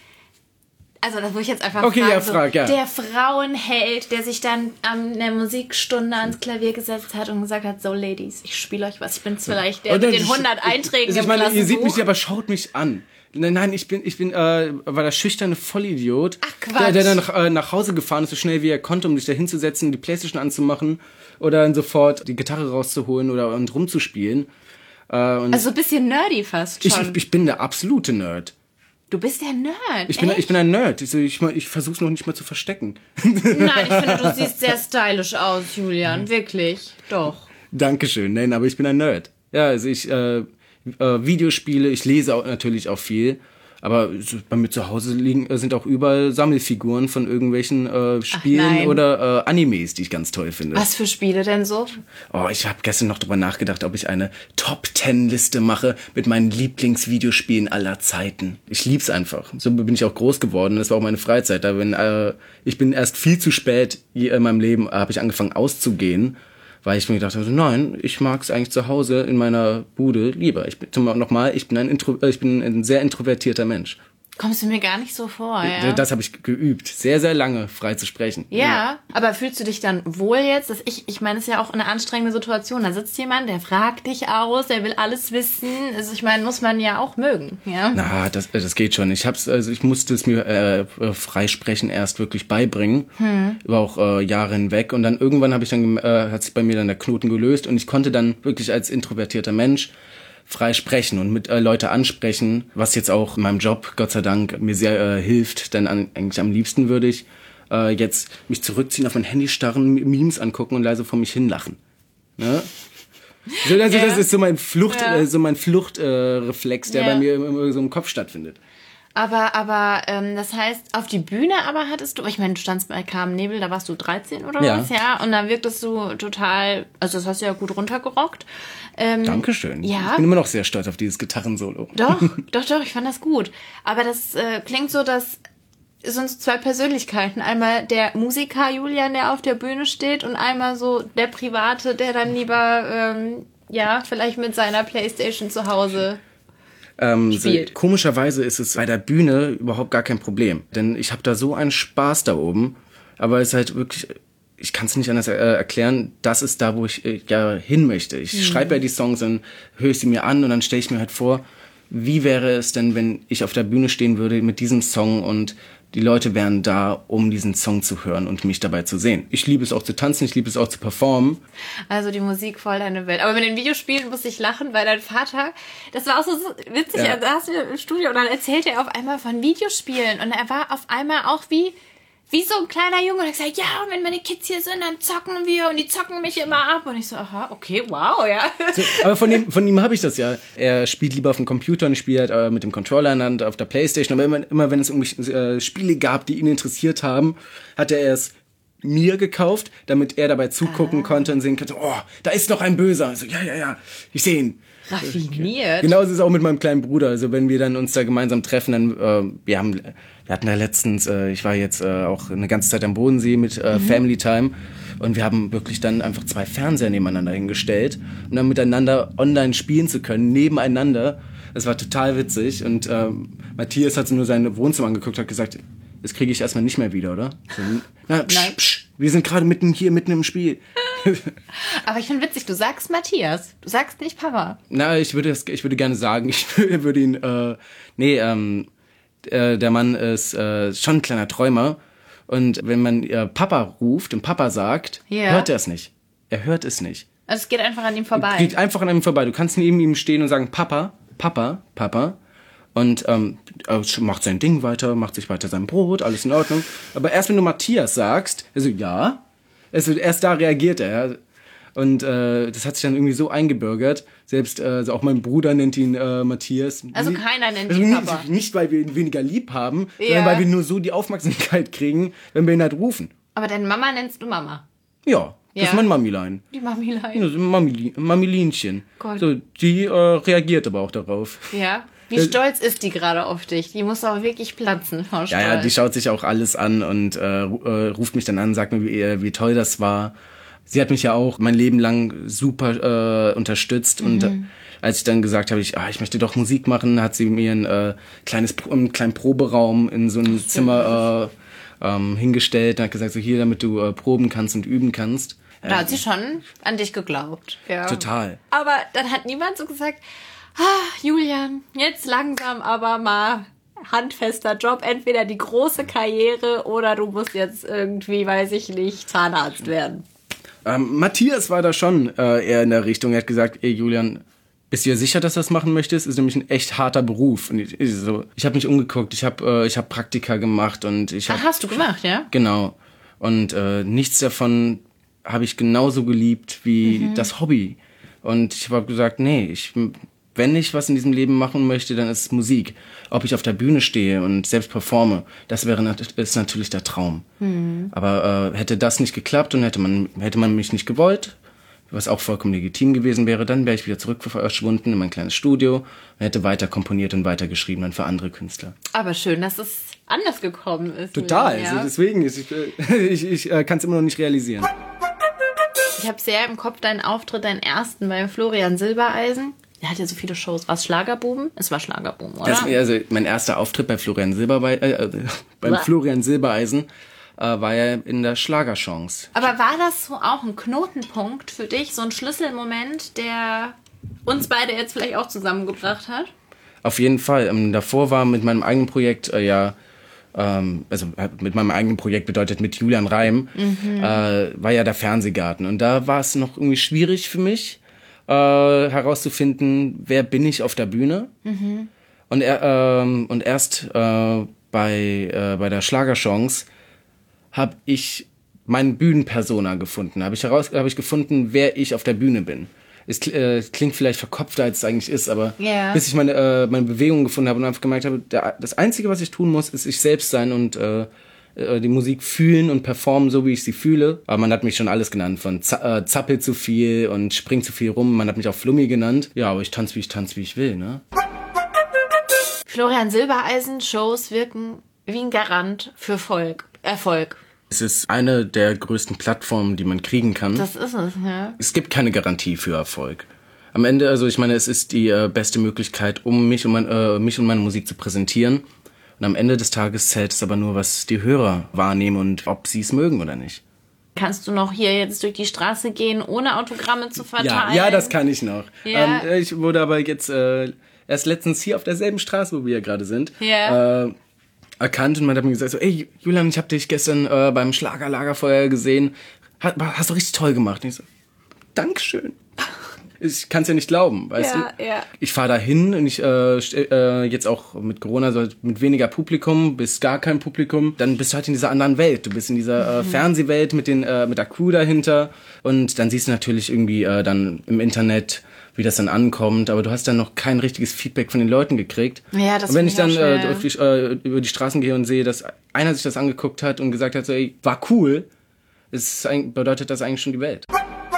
also das muss ich jetzt einfach Okay, fragen, ja, so, frag, ja. der Frauenheld, der sich dann an der Musikstunde ans Klavier gesetzt hat und gesagt hat, so Ladies, ich spiele euch was, ich bin vielleicht der Und mit dann- den hundert Einträgen Also im ich meine, ihr seht Klassenbuch. mich, aber schaut mich an. Nein, nein, ich bin, ich bin, äh, war der schüchterne Vollidiot, Ach, Quatsch. der, der dann nach, äh, nach Hause gefahren ist, so schnell wie er konnte, um sich da hinzusetzen, die Playstation anzumachen oder dann sofort die Gitarre rauszuholen oder und rumzuspielen. Äh, und Also ein bisschen nerdy fast ich, schon. ich, ich bin der absolute Nerd. Du bist der Nerd, Ich bin, echt? ich bin ein Nerd. Ich, ich, ich versuch's noch nicht mal zu verstecken. Nein, ich finde, du siehst sehr stylisch aus, Julian, wirklich, doch. Dankeschön. Nein, aber ich bin ein Nerd. Ja, also ich äh, äh, Videospiele, ich lese auch natürlich auch viel. Aber so bei mir zu Hause liegen, äh, sind auch überall Sammelfiguren von irgendwelchen äh, Spielen nein. oder äh, Animes, die ich ganz toll finde. Was für Spiele denn so? Oh, ich habe gestern noch drüber nachgedacht, ob ich eine Top Ten Liste mache mit meinen Lieblingsvideospielen aller Zeiten. Ich lieb's einfach. So bin ich auch groß geworden. Das war auch meine Freizeit. Da bin, äh, ich bin erst viel zu spät je- in meinem Leben, habe ich angefangen auszugehen, weil ich mir gedacht habe, nein, ich mag's eigentlich zu Hause in meiner Bude lieber. Ich bin nochmal, ich bin ein Intro, äh, ich bin ein sehr introvertierter Mensch. Kommst du mir gar nicht so vor, ja. Das habe ich geübt, sehr, sehr lange frei zu sprechen. Ja, ja, aber fühlst du dich dann wohl jetzt? Dass ich ich meine, es ist ja auch eine anstrengende Situation. Da sitzt jemand, der fragt dich aus, der will alles wissen. Also ich meine, muss man ja auch mögen, ja. Na, das, das geht schon. Ich hab's, also ich musste es mir äh, Freisprechen erst wirklich beibringen, hm. über auch äh, Jahre hinweg. Und dann irgendwann habe ich dann äh, hat sich bei mir dann der Knoten gelöst und ich konnte dann wirklich als introvertierter Mensch frei sprechen und mit äh, Leute ansprechen, was jetzt auch in meinem Job, Gott sei Dank, mir sehr äh, hilft, denn an, eigentlich am liebsten würde ich äh, jetzt mich zurückziehen, auf mein Handy starren, Memes angucken und leise vor mich hinlachen. Ne? So, also, ja. Das ist so mein Flucht, ja. äh, so mein Fluchtreflex, äh, der ja. bei mir immer so im Kopf stattfindet. Aber, aber, ähm, das heißt, auf die Bühne aber hattest du, ich meine, du standst bei Carmen Nebel, da warst du dreizehn oder ja. was, ja? Und da wirktest du total, also das hast du ja gut runtergerockt. Ähm, Dankeschön. Ja. Ich bin immer noch sehr stolz auf dieses Gitarrensolo. Doch, doch, doch, ich fand das gut. Aber das äh, klingt so, dass sonst zwei Persönlichkeiten. Einmal der Musiker Julian, der auf der Bühne steht und einmal so der Private, der dann lieber, ähm, ja, vielleicht mit seiner Playstation zu Hause Ähm, so, komischerweise ist es bei der Bühne überhaupt gar kein Problem. Denn ich habe da so einen Spaß da oben. Aber es ist halt wirklich, ich kann es nicht anders äh, erklären, das ist da, wo ich äh, ja hin möchte. Ich mhm. schreibe ja die Songs, dann höre ich sie mir an und dann stelle ich mir halt vor, wie wäre es denn, wenn ich auf der Bühne stehen würde mit diesem Song und die Leute wären da, um diesen Song zu hören und mich dabei zu sehen. Ich liebe es auch zu tanzen, ich liebe es auch zu performen. Also die Musik voll deine Welt. Aber mit den Videospielen musste ich lachen, weil dein Vater, das war auch so witzig, ja. Da hast du im Studio und dann erzählt er auf einmal von Videospielen und er war auf einmal auch wie... Wie so ein kleiner Junge und hat gesagt, ja, und wenn meine Kids hier sind, dann zocken wir und die zocken mich immer ab. Und ich so, aha, okay, wow, ja. So, aber von dem, von ihm habe ich das ja. Er spielt lieber auf dem Computer und ich spiele halt äh, mit dem Controller in der Hand auf der Playstation. Aber immer, immer wenn es irgendwie äh, Spiele gab, die ihn interessiert haben, hat er es mir gekauft, damit er dabei zugucken ah. konnte und sehen konnte, oh, da ist noch ein Böser. Also, ja, ja, ja, ich sehe ihn. Raffiniert. Genauso ist es auch mit meinem kleinen Bruder. Also wenn wir dann uns da gemeinsam treffen, dann äh, wir haben, wir hatten da letztens, äh, ich war jetzt äh, auch eine ganze Zeit am Bodensee mit äh, mhm. Family Time und wir haben wirklich dann einfach zwei Fernseher nebeneinander hingestellt, um dann miteinander online spielen zu können, nebeneinander. Das war total witzig und äh, Matthias hat nur sein Wohnzimmer angeguckt, hat gesagt, das kriege ich erstmal nicht mehr wieder, oder? So, na, psch, psch, wir sind gerade mitten hier, mitten im Spiel. Aber ich finde witzig, du sagst Matthias, du sagst nicht Papa. Na, ich würde, ich würde gerne sagen, ich würde ihn, äh, nee, ähm, äh, der Mann ist äh, schon ein kleiner Träumer und wenn man äh, Papa ruft und Papa sagt, yeah. hört er es nicht. Er hört es nicht. Also es geht einfach an ihm vorbei. Es geht einfach an ihm vorbei. Du kannst neben ihm stehen und sagen, Papa, Papa, Papa. Und ähm, macht sein Ding weiter, macht sich weiter sein Brot, alles in Ordnung. Aber erst wenn du Matthias sagst, also ja, also erst da reagiert er. Und äh, das hat sich dann irgendwie so eingebürgert. Selbst äh, also auch mein Bruder nennt ihn äh, Matthias. Also keiner nennt also ihn nicht, Papa. Nicht, weil wir ihn weniger lieb haben, ja. sondern weil wir nur so die Aufmerksamkeit kriegen, wenn wir ihn halt rufen. Aber deine Mama nennst du Mama? Ja. Das ja. ist mein Mamilein. Die Mamilein. Ja, so Mamili- Mamilinchen. Gott. So, die äh, reagiert aber auch darauf. Ja. Wie äh, stolz ist die gerade auf dich? Die muss auch wirklich platzen vor Stolz. Ja, ja, die schaut sich auch alles an und äh, äh, ruft mich dann an, sagt mir, wie, wie toll das war. Sie hat mich ja auch mein Leben lang super äh, unterstützt mhm. und äh, als ich dann gesagt habe, ich, ah, ich möchte doch Musik machen, hat sie mir ein äh, kleines, einen kleinen Proberaum in so einem Zimmer äh, ähm, hingestellt und hat gesagt, so hier, damit du äh, proben kannst und üben kannst. Da hat sie schon an dich geglaubt. Ja. Total. Aber dann hat niemand so gesagt, ah, Julian, jetzt langsam aber mal handfester Job, entweder die große Karriere oder du musst jetzt irgendwie, weiß ich nicht, Zahnarzt werden. Ähm, Matthias war da schon äh, eher in der Richtung. Er hat gesagt, ey Julian, bist du dir sicher, dass du das machen möchtest? Ist nämlich ein echt harter Beruf. Und ich, ich, so, ich habe mich umgeguckt, ich habe äh, ich hab Praktika gemacht und ich habe... Ach, hast du gemacht, ja? Genau. Und äh, nichts davon habe ich genauso geliebt wie mhm. das Hobby. Und ich habe gesagt, nee, ich, wenn ich was in diesem Leben machen möchte, dann ist es Musik. Ob ich auf der Bühne stehe und selbst performe, das wäre nat- ist natürlich der Traum. Mhm. Aber äh, hätte das nicht geklappt und hätte man, hätte man mich nicht gewollt, was auch vollkommen legitim gewesen wäre, dann wäre ich wieder zurück verschwunden in mein kleines Studio und hätte weiter komponiert und weiter geschrieben dann für andere Künstler. Aber schön, dass es anders gekommen ist. Total, ja. also deswegen, ist, ich, ich, ich äh, kann es immer noch nicht realisieren. Ich habe sehr im Kopf deinen Auftritt, deinen ersten bei Florian Silbereisen. Er hat ja so viele Shows. War es Schlagerboom? Es war Schlagerboom, oder? Das, also mein erster Auftritt bei Florian Silberbe äh, beim Was? Florian Silbereisen äh, war ja in der Schlagerchance. Aber war das so auch ein Knotenpunkt für dich? So ein Schlüsselmoment, der uns beide jetzt vielleicht auch zusammengebracht hat? Auf jeden Fall. Ähm, davor war mit meinem eigenen Projekt äh, ja ähm, also mit meinem eigenen Projekt bedeutet mit Julian Reim, mhm. äh, war ja der Fernsehgarten. Und da war es noch irgendwie schwierig für mich, Äh, herauszufinden, wer bin ich auf der Bühne. Mhm. Und, er, ähm, und erst äh, bei, äh, bei der Schlagerchance habe ich meinen Bühnenpersona gefunden. Habe ich, heraus, hab ich gefunden, wer ich auf der Bühne bin. Es äh, klingt vielleicht verkopfter, als es eigentlich ist, aber yeah. bis ich meine, äh, meine Bewegung gefunden habe und einfach gemerkt habe, der, das Einzige, was ich tun muss, ist ich selbst sein und äh, die Musik fühlen und performen, so wie ich sie fühle. Aber man hat mich schon alles genannt, von Z- äh, zappel zu viel und spring zu viel rum. Man hat mich auch Flummi genannt. Ja, aber ich tanze, wie ich tanze, wie ich will, ne? Florian Silbereisen-Shows wirken wie ein Garant für Volk, Erfolg. Es ist eine der größten Plattformen, die man kriegen kann. Das ist es, ja. Es gibt keine Garantie für Erfolg. Am Ende, also ich meine, es ist die äh, beste Möglichkeit, um mich und, mein, äh, mich und meine Musik zu präsentieren. Und am Ende des Tages zählt es aber nur, was die Hörer wahrnehmen und ob sie es mögen oder nicht. Kannst du noch hier jetzt durch die Straße gehen, ohne Autogramme zu verteilen? Ja, ja, das kann ich noch. Ja. Ähm, ich wurde aber jetzt äh, erst letztens hier auf derselben Straße, wo wir ja gerade sind, ja. äh, erkannt. Und man hat mir gesagt, so, ey Julian, ich habe dich gestern äh, beim Schlagerlagerfeuer gesehen. Hast, hast du richtig toll gemacht. Und ich so, Dankeschön. Ich kann es ja nicht glauben, weißt ja, du? Ja. Ich fahre da hin und ich äh, äh, jetzt auch mit Corona, so mit weniger Publikum bis gar kein Publikum. Dann bist du halt in dieser anderen Welt. Du bist in dieser äh, mhm. Fernsehwelt mit den äh, mit der Crew dahinter und dann siehst du natürlich irgendwie äh, dann im Internet, wie das dann ankommt, aber du hast dann noch kein richtiges Feedback von den Leuten gekriegt. Ja, das und wenn ich dann äh, auf die, äh, über die Straßen gehe und sehe, dass einer sich das angeguckt hat und gesagt hat, so, ey, war cool, ist, bedeutet das eigentlich schon die Welt.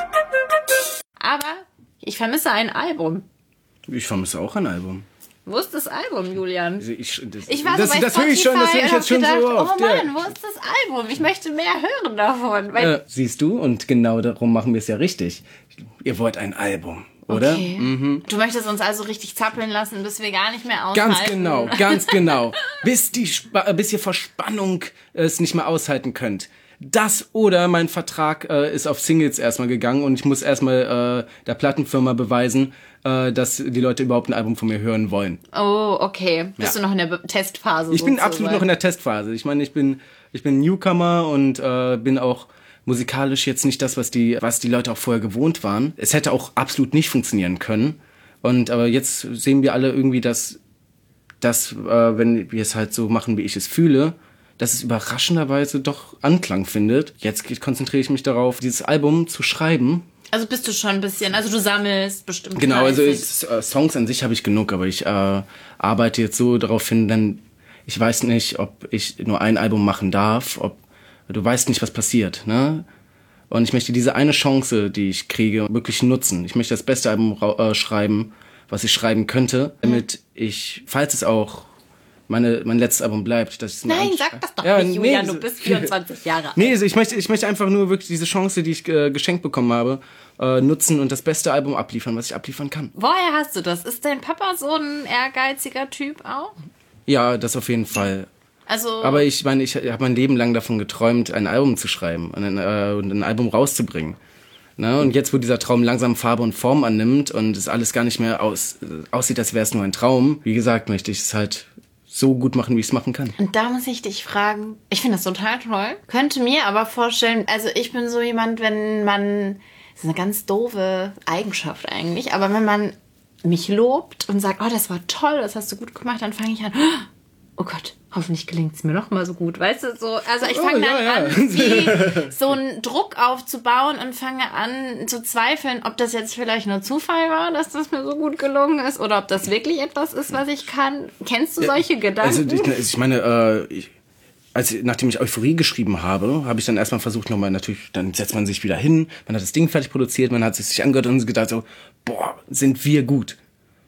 Aber ich vermisse ein Album. Ich vermisse auch ein Album. Wo ist das Album, Julian? Ich, das, ich war das, so bei das höre ich schon, das höre ich jetzt schon gedacht, so oft. Oh Mann, ja. wo ist das Album? Ich möchte mehr hören davon. Weil äh, siehst du, und genau darum machen wir es ja richtig. Ihr wollt ein Album, oder? Okay. Mhm. Du möchtest uns also richtig zappeln lassen, bis wir gar nicht mehr aushalten. Ganz genau, ganz genau. bis, die, bis ihr vor Spannung es nicht mehr aushalten könnt. Das oder mein Vertrag äh, ist auf Singles erstmal gegangen und ich muss erstmal äh, der Plattenfirma beweisen, äh, dass die Leute überhaupt ein Album von mir hören wollen. Oh, okay. Bist ja. du noch in der Be- Testphase? Ich bin absolut noch in der Testphase. Ich meine, ich bin ich bin Newcomer und äh, bin auch musikalisch jetzt nicht das, was die was die Leute auch vorher gewohnt waren. Es hätte auch absolut nicht funktionieren können. Und aber jetzt sehen wir alle irgendwie, dass, dass äh, wenn wir es halt so machen, wie ich es fühle, dass es überraschenderweise doch Anklang findet. Jetzt konzentriere ich mich darauf, dieses Album zu schreiben. Also bist du schon ein bisschen, also du sammelst bestimmt. Genau, also ist, äh, Songs an sich habe ich genug, aber ich äh, arbeite jetzt so darauf hin, denn ich weiß nicht, ob ich nur ein Album machen darf, ob du weißt nicht, was passiert, ne? Und ich möchte diese eine Chance, die ich kriege, wirklich nutzen. Ich möchte das beste Album ra- äh, schreiben, was ich schreiben könnte, damit mhm. ich, falls es auch meine, mein letztes Album bleibt. Dass Nein, sag das doch ja, nicht, Julian, nee, du bist vierundzwanzig Jahre alt. Nee, also ich möchte, ich möchte einfach nur wirklich diese Chance, die ich äh, geschenkt bekommen habe, äh, nutzen und das beste Album abliefern, was ich abliefern kann. Woher hast du das? Ist dein Papa so ein ehrgeiziger Typ auch? Ja, das auf jeden Fall. Also, aber ich meine, ich habe mein Leben lang davon geträumt, ein Album zu schreiben und ein, äh, und ein Album rauszubringen. Ne? Und jetzt, wo dieser Traum langsam Farbe und Form annimmt und es alles gar nicht mehr aus, äh, aussieht, als wäre es nur ein Traum, wie gesagt, möchte ich es halt so gut machen, wie ich es machen kann. Und da muss ich dich fragen, ich finde das total toll, könnte mir aber vorstellen, also ich bin so jemand, wenn man, das ist eine ganz doofe Eigenschaft eigentlich, aber wenn man mich lobt und sagt, oh, das war toll, das hast du gut gemacht, dann fange ich an, oh Gott, hoffentlich gelingt es mir noch mal so gut, weißt du, so, also ich fange oh, ja, dann ja. an, wie so einen Druck aufzubauen und fange an zu zweifeln, ob das jetzt vielleicht nur Zufall war, dass das mir so gut gelungen ist oder ob das wirklich etwas ist, was ich kann. Kennst du solche ja, Gedanken? Also ich, ich meine, äh, ich, als, nachdem ich Euphorie geschrieben habe, habe ich dann erstmal versucht, nochmal natürlich, dann setzt man sich wieder hin, man hat das Ding fertig produziert, man hat es sich angehört und gedacht so, boah, sind wir gut.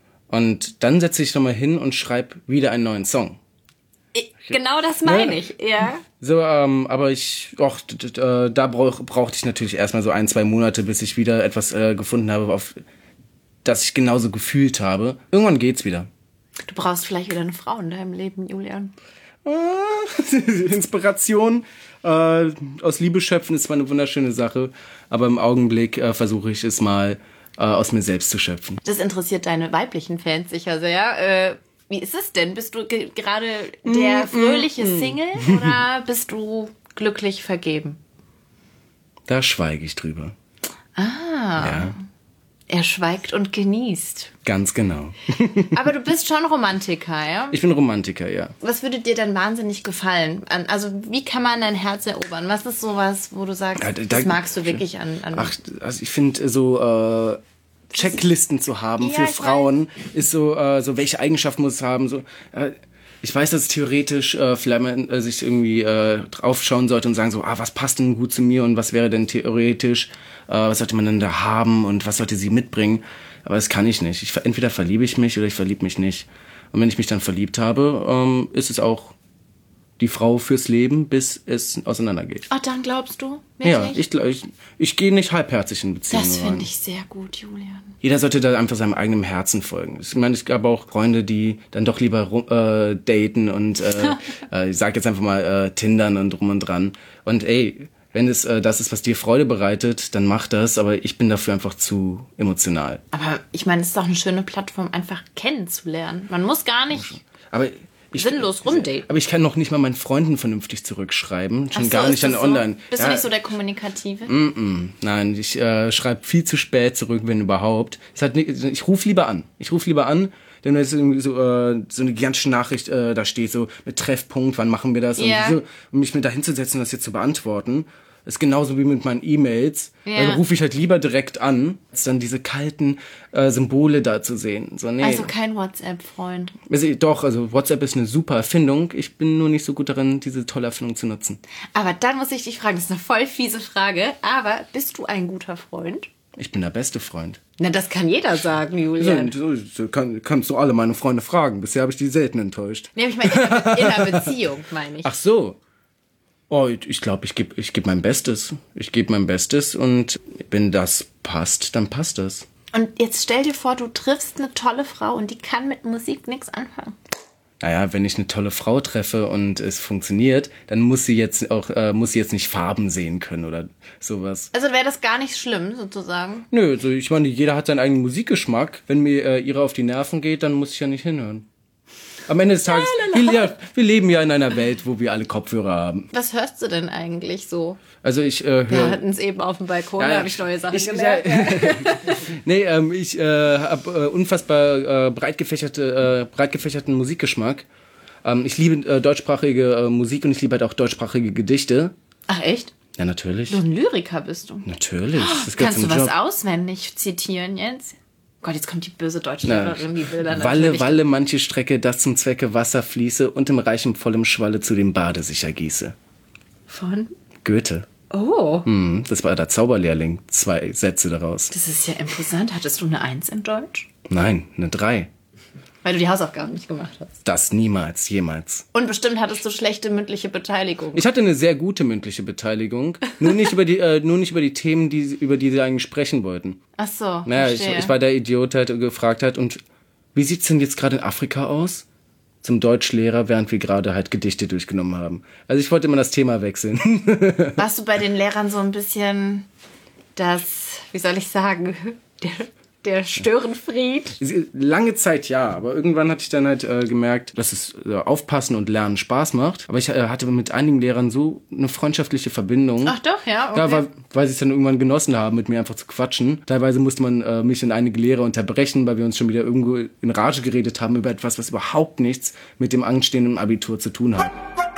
Und dann setze ich nochmal hin und schreibe wieder einen neuen Song. Genau das meine ich, ja. So, ähm, aber ich, och, d- d- äh, da brauch, brauchte ich natürlich erstmal so ein, zwei Monate, bis ich wieder etwas äh, gefunden habe, auf dass ich genauso gefühlt habe. Irgendwann geht's wieder. Du brauchst vielleicht wieder eine Frau in deinem Leben, Julian. Inspiration äh, aus Liebe schöpfen ist zwar eine wunderschöne Sache, aber im Augenblick äh, versuche ich es mal äh, aus mir selbst zu schöpfen. Das interessiert deine weiblichen Fans sicher sehr. Äh, wie ist es denn? Bist du ge- gerade der fröhliche Single oder bist du glücklich vergeben? Da schweige ich drüber. Ah. Ja. Er schweigt und genießt. Ganz genau. Aber du bist schon Romantiker, ja? Ich bin Romantiker, ja. Was würde dir denn wahnsinnig gefallen? Also wie kann man dein Herz erobern? Was ist sowas, wo du sagst, ja, da, das magst du wirklich an... an Ach, also ich finde so... Äh, Checklisten zu haben ja, für Frauen weiß. Ist so, äh, so welche Eigenschaften muss es haben. So, äh, ich weiß, dass es theoretisch äh, vielleicht man äh, sich irgendwie äh, draufschauen sollte und sagen so, ah, was passt denn gut zu mir und was wäre denn theoretisch, äh, was sollte man denn da haben und was sollte sie mitbringen. Aber das kann ich nicht. Ich, entweder verliebe ich mich oder ich verliebe mich nicht. Und wenn ich mich dann verliebt habe, ähm, ist es auch die Frau fürs Leben, bis es auseinandergeht. Ach, dann glaubst du? Wirklich? Ja, ich, ich, ich gehe nicht halbherzig in Beziehungen. Das finde ich sehr gut, Julian. Jeder sollte da einfach seinem eigenen Herzen folgen. Ich meine, es gab auch Freunde, die dann doch lieber äh, daten und äh, äh, ich sag jetzt einfach mal äh, Tindern und drum und dran. Und ey, wenn es äh, das ist, was dir Freude bereitet, dann mach das. Aber ich bin dafür einfach zu emotional. Aber ich meine, es ist doch eine schöne Plattform, einfach kennenzulernen. Man muss gar nicht... Aber Ich, sinnlos rumdaten. Aber ich kann noch nicht mal meinen Freunden vernünftig zurückschreiben. Schon so, gar nicht an so? online. Bist ja, du nicht so der Kommunikative? Mm -mm, nein, ich äh, schreibe viel zu spät zurück, wenn überhaupt. Es hat nicht, ich rufe lieber an. Ich rufe lieber an, denn wenn jetzt irgendwie so, äh, so eine gigantische Nachricht äh, da steht, so mit Treffpunkt, wann machen wir das? Yeah. Und so, um mich mit da hinzusetzen und das jetzt zu beantworten. Ist genauso wie mit meinen E-Mails. Ja. Dann rufe ich halt lieber direkt an, als dann diese kalten äh, Symbole da zu sehen. So, nee. Also kein WhatsApp-Freund. Also, doch, also WhatsApp ist eine super Erfindung. Ich bin nur nicht so gut darin, diese tolle Erfindung zu nutzen. Aber dann muss ich dich fragen, das ist eine voll fiese Frage, aber bist du ein guter Freund? Ich bin der beste Freund. Na, das kann jeder sagen, Julian. So, so kann, kannst du alle meine Freunde fragen. Bisher habe ich die selten enttäuscht. Nee, ich meine, in einer, in einer Beziehung, meine ich. Ach so. Oh, ich glaube, ich gebe ich geb mein Bestes. Ich gebe mein Bestes und wenn das passt, dann passt das. Und jetzt stell dir vor, du triffst eine tolle Frau und die kann mit Musik nichts anfangen. Naja, wenn ich eine tolle Frau treffe und es funktioniert, dann muss sie jetzt auch äh, muss sie jetzt nicht Farben sehen können oder sowas. Also wäre das gar nicht schlimm, sozusagen? Nö, also ich meine, jeder hat seinen eigenen Musikgeschmack. Wenn mir äh, ihre auf die Nerven geht, dann muss ich ja nicht hinhören. Am Ende des Tages, wir, ja, wir leben ja in einer Welt, wo wir alle Kopfhörer haben. Was hörst du denn eigentlich so? Also ich äh, höre... Wir hatten es eben auf dem Balkon, ja, da habe ich neue Sachen ich, gelernt. Ja, nee, ähm, ich äh, habe äh, unfassbar äh, breit, gefächerte, äh, breit gefächerten Musikgeschmack. Ähm, ich liebe äh, deutschsprachige äh, Musik und ich liebe halt auch deutschsprachige Gedichte. Ach echt? Ja, natürlich. Du ein Lyriker bist du. Natürlich. Das Kannst du was Job. auswendig zitieren jetzt? Gott, jetzt kommt die böse Deutschlehrerin, die will dann Walle, natürlich... Walle, manche Strecke, das zum Zwecke Wasser fließe und im reichen vollem Schwalle zu dem Bade sich ergieße. Von? Goethe. Oh. Hm, das war der Zauberlehrling. Zwei Sätze daraus. Das ist ja imposant. Hattest du eine Eins in Deutsch? Nein, eine Drei. Weil du die Hausaufgaben nicht gemacht hast. Das niemals, jemals. Und bestimmt hattest du schlechte mündliche Beteiligung. Ich hatte eine sehr gute mündliche Beteiligung. Nur nicht über die, äh, nur nicht über die Themen, die, über die sie eigentlich sprechen wollten. Ach so, Naja, ich, verstehe. ich war der Idiot, der halt gefragt hat, und wie sieht's denn jetzt gerade in Afrika aus? Zum Deutschlehrer, während wir gerade halt Gedichte durchgenommen haben. Also ich wollte immer das Thema wechseln. Warst du bei den Lehrern so ein bisschen das, wie soll ich sagen, der, der Störenfried? Lange Zeit ja, aber irgendwann hatte ich dann halt äh, gemerkt, dass es äh, Aufpassen und Lernen Spaß macht. Aber ich äh, hatte mit einigen Lehrern so eine freundschaftliche Verbindung. Ach doch, ja, okay. Da war, weil sie es dann irgendwann genossen haben, mit mir einfach zu quatschen. Teilweise musste man äh, mich und einige Lehrer unterbrechen, weil wir uns schon wieder irgendwo in Rage geredet haben über etwas, was überhaupt nichts mit dem anstehenden Abitur zu tun hat.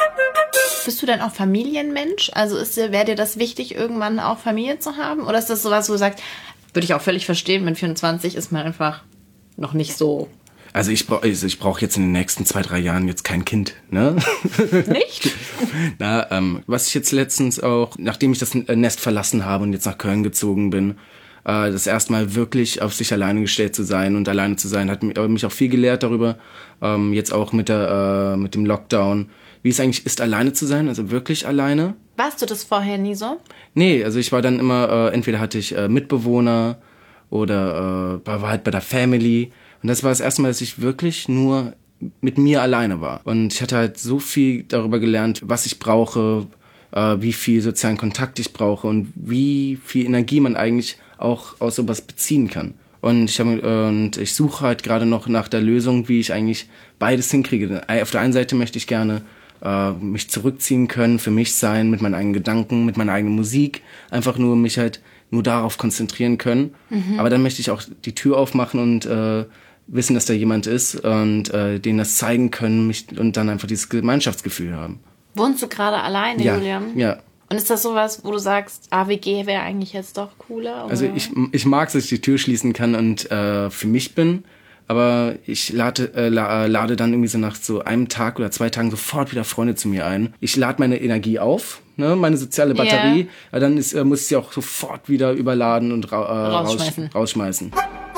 Bist du denn auch Familienmensch? Also wäre dir das wichtig, irgendwann auch Familie zu haben? Oder ist das sowas, wo du sagst, würde ich auch völlig verstehen, mit vierundzwanzig ist man einfach noch nicht so... Also ich brauche also ich brauch jetzt in den nächsten zwei, drei Jahren jetzt kein Kind, ne? Nicht? Na, ähm, was ich jetzt letztens auch, nachdem ich das Nest verlassen habe und jetzt nach Köln gezogen bin, äh, das erste Mal wirklich auf sich alleine gestellt zu sein und alleine zu sein, hat mich auch viel gelehrt darüber, ähm, jetzt auch mit der, äh, mit dem Lockdown, wie es eigentlich ist, alleine zu sein, also wirklich alleine. Warst du das vorher nie so? Nee, also ich war dann immer, äh, entweder hatte ich äh, Mitbewohner oder äh, war halt bei der Family. Und das war das erste Mal, dass ich wirklich nur mit mir alleine war. Und ich hatte halt so viel darüber gelernt, was ich brauche, äh, wie viel sozialen Kontakt ich brauche und wie viel Energie man eigentlich auch aus sowas beziehen kann. Und ich, hab, äh, und ich suche halt gerade noch nach der Lösung, wie ich eigentlich beides hinkriege. Auf der einen Seite möchte ich gerne äh, mich zurückziehen können, für mich sein, mit meinen eigenen Gedanken, mit meiner eigenen Musik, einfach nur mich halt nur darauf konzentrieren können. Mhm. Aber dann möchte ich auch die Tür aufmachen und äh, wissen, dass da jemand ist und äh, denen das zeigen können mich, und dann einfach dieses Gemeinschaftsgefühl haben. Wohnst du gerade alleine, ja, Julian? Ja. Und ist das sowas, wo du sagst, A W G wäre eigentlich jetzt doch cooler? Oder? Also ich, ich mag es, dass ich die Tür schließen kann und äh, für mich bin, aber ich lade, äh, lade dann irgendwie so nach so einem Tag oder zwei Tagen sofort wieder Freunde zu mir ein. Ich lade meine Energie auf, ne, meine soziale Batterie, yeah. aber dann ist, äh, muss ich sie auch sofort wieder überladen und ra- äh, rausschmeißen. Raus, rausschmeißen.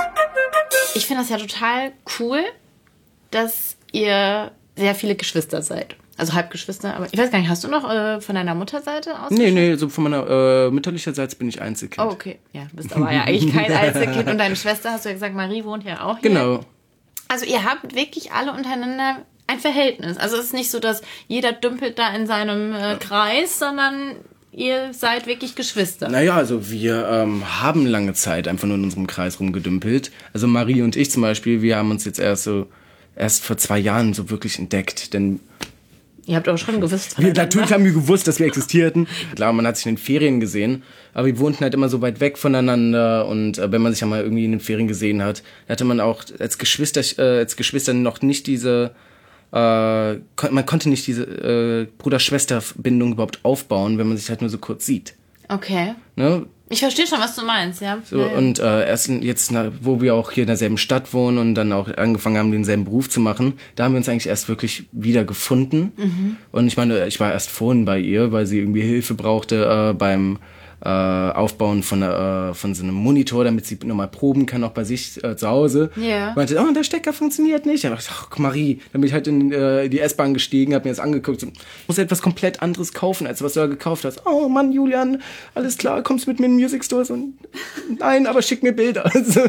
Ich finde das ja total cool, dass ihr sehr viele Geschwister seid. Also Halbgeschwister, aber ich weiß gar nicht, hast du noch äh, von deiner Mutterseite aus? Nee, nee, so von meiner äh, mütterlicher Seite bin ich Einzelkind. Oh, okay. Ja, du bist aber ja eigentlich kein Einzelkind. Und deine Schwester, hast du ja gesagt, Marie wohnt ja auch hier. Genau. Also ihr habt wirklich alle untereinander ein Verhältnis. Also es ist nicht so, dass jeder dümpelt da in seinem äh, Kreis, sondern ihr seid wirklich Geschwister. Naja, also wir ähm, haben lange Zeit einfach nur in unserem Kreis rumgedümpelt. Also Marie und ich zum Beispiel, wir haben uns jetzt erst so erst vor zwei Jahren so wirklich entdeckt, denn ihr habt auch schon gewusst. Wir, natürlich haben wir gewusst, dass wir existierten. Klar, man hat sich in den Ferien gesehen, aber wir wohnten halt immer so weit weg voneinander und äh, wenn man sich ja mal irgendwie in den Ferien gesehen hat, hatte man auch als Geschwister, äh, als Geschwister noch nicht diese, äh, kon- man konnte nicht diese äh, Bruder-Schwester-Bindung überhaupt aufbauen, wenn man sich halt nur so kurz sieht. Okay. Ne? Ich verstehe schon, was du meinst, ja. So, ja, ja. Und äh, erst jetzt, na, wo wir auch hier in derselben Stadt wohnen und dann auch angefangen haben, denselben Beruf zu machen, da haben wir uns eigentlich erst wirklich wieder gefunden. Mhm. Und ich meine, ich war erst vorhin bei ihr, weil sie irgendwie Hilfe brauchte äh, beim äh, Aufbauen von, äh, von so einem Monitor, damit sie nochmal proben kann, auch bei sich äh, zu Hause. Yeah. Meinte, oh, der Stecker funktioniert nicht. Ich dachte, ach, Marie, dann bin ich halt in äh, die S-Bahn gestiegen, hab mir das angeguckt, so, muss etwas komplett anderes kaufen, als was du da gekauft hast. Oh Mann, Julian, alles klar, kommst mit mir in den Music Store? Und, nein, aber schick mir Bilder.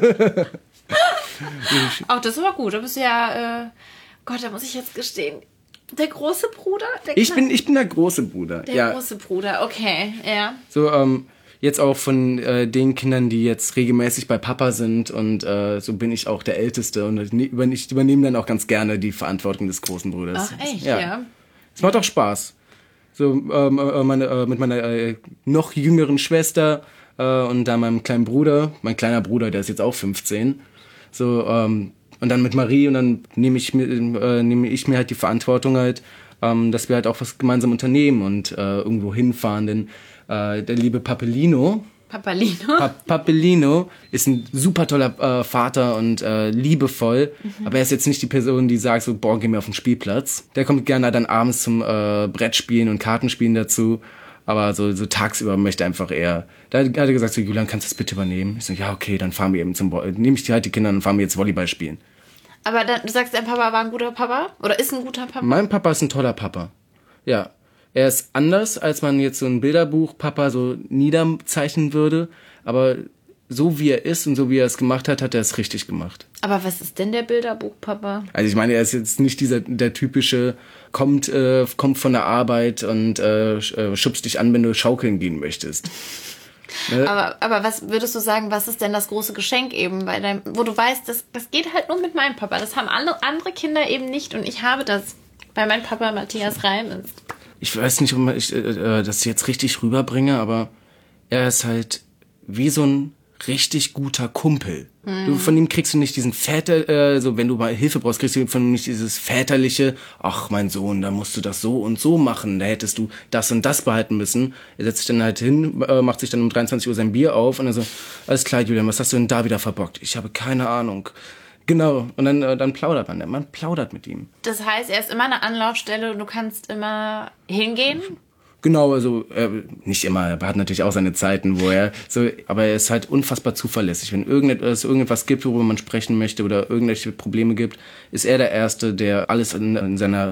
Auch das war gut, da bist du ja, äh, Gott, da muss ich jetzt gestehen, der große Bruder? Der ich, bin, ich bin der große Bruder. Der ja. große Bruder, okay, ja. So, ähm, jetzt auch von äh, den Kindern, die jetzt regelmäßig bei Papa sind und äh, so bin ich auch der Älteste und ich übernehme dann auch ganz gerne die Verantwortung des großen Bruders. Ach echt, ja. ja. Es macht auch Spaß. So ähm, äh, meine, äh, mit meiner äh, noch jüngeren Schwester äh, und dann meinem kleinen Bruder, mein kleiner Bruder, der ist jetzt auch fünfzehn, so, ähm, und dann mit Marie und dann nehme ich mir, äh, nehme ich mir halt die Verantwortung halt, ähm, dass wir halt auch was gemeinsam unternehmen und äh, irgendwo hinfahren, denn äh, der liebe Papelino, Papalino? Pa- Papelino ist ein super toller äh, Vater und äh, liebevoll, mhm. aber er ist jetzt nicht die Person, die sagt so, boah, geh mir auf den Spielplatz. Der kommt gerne dann abends zum äh, Brettspielen und Kartenspielen dazu, aber so, so tagsüber möchte einfach eher, da hat er gesagt so, Julian, kannst du das bitte übernehmen? Ich so, ja, okay, dann fahren wir eben zum, nehme ich die halt die Kinder und fahren wir jetzt Volleyball spielen. Aber dann, du sagst, dein Papa war ein guter Papa? Oder ist ein guter Papa? Mein Papa ist ein toller Papa, ja. Er ist anders, als man jetzt so ein Bilderbuch Papa so niederzeichnen würde, aber so wie er ist und so wie er es gemacht hat, hat er es richtig gemacht. Aber was ist denn der Bilderbuch-Papa? Also ich meine, er ist jetzt nicht dieser der typische, kommt äh, kommt von der Arbeit und äh, schubst dich an, wenn du schaukeln gehen möchtest. Ne? Aber, aber was würdest du sagen, was ist denn das große Geschenk eben, bei deinem, wo du weißt, das, das geht halt nur mit meinem Papa. Das haben alle, andere Kinder eben nicht und ich habe das, weil mein Papa Matthias Reim ist. Ich weiß nicht, ob ich äh, das jetzt richtig rüberbringe, aber er ist halt wie so ein richtig guter Kumpel. Hm. Du, von ihm kriegst du nicht diesen Väter, äh, so wenn du mal Hilfe brauchst, kriegst du von ihm nicht dieses väterliche, ach mein Sohn, da musst du das so und so machen, da hättest du das und das behalten müssen. Er setzt sich dann halt hin, äh, macht sich dann um dreiundzwanzig Uhr sein Bier auf und dann so, alles klar, Julian, was hast du denn da wieder verbockt? Ich habe keine Ahnung. Genau, und dann, äh, dann plaudert man, man plaudert mit ihm. Das heißt, er ist immer eine Anlaufstelle und du kannst immer hingehen? Genau, also äh, nicht immer, er hat natürlich auch seine Zeiten, wo er so, aber er ist halt unfassbar zuverlässig. Wenn irgendetwas, irgendetwas gibt, worüber man sprechen möchte oder irgendwelche Probleme gibt, ist er der Erste, der alles in, in seiner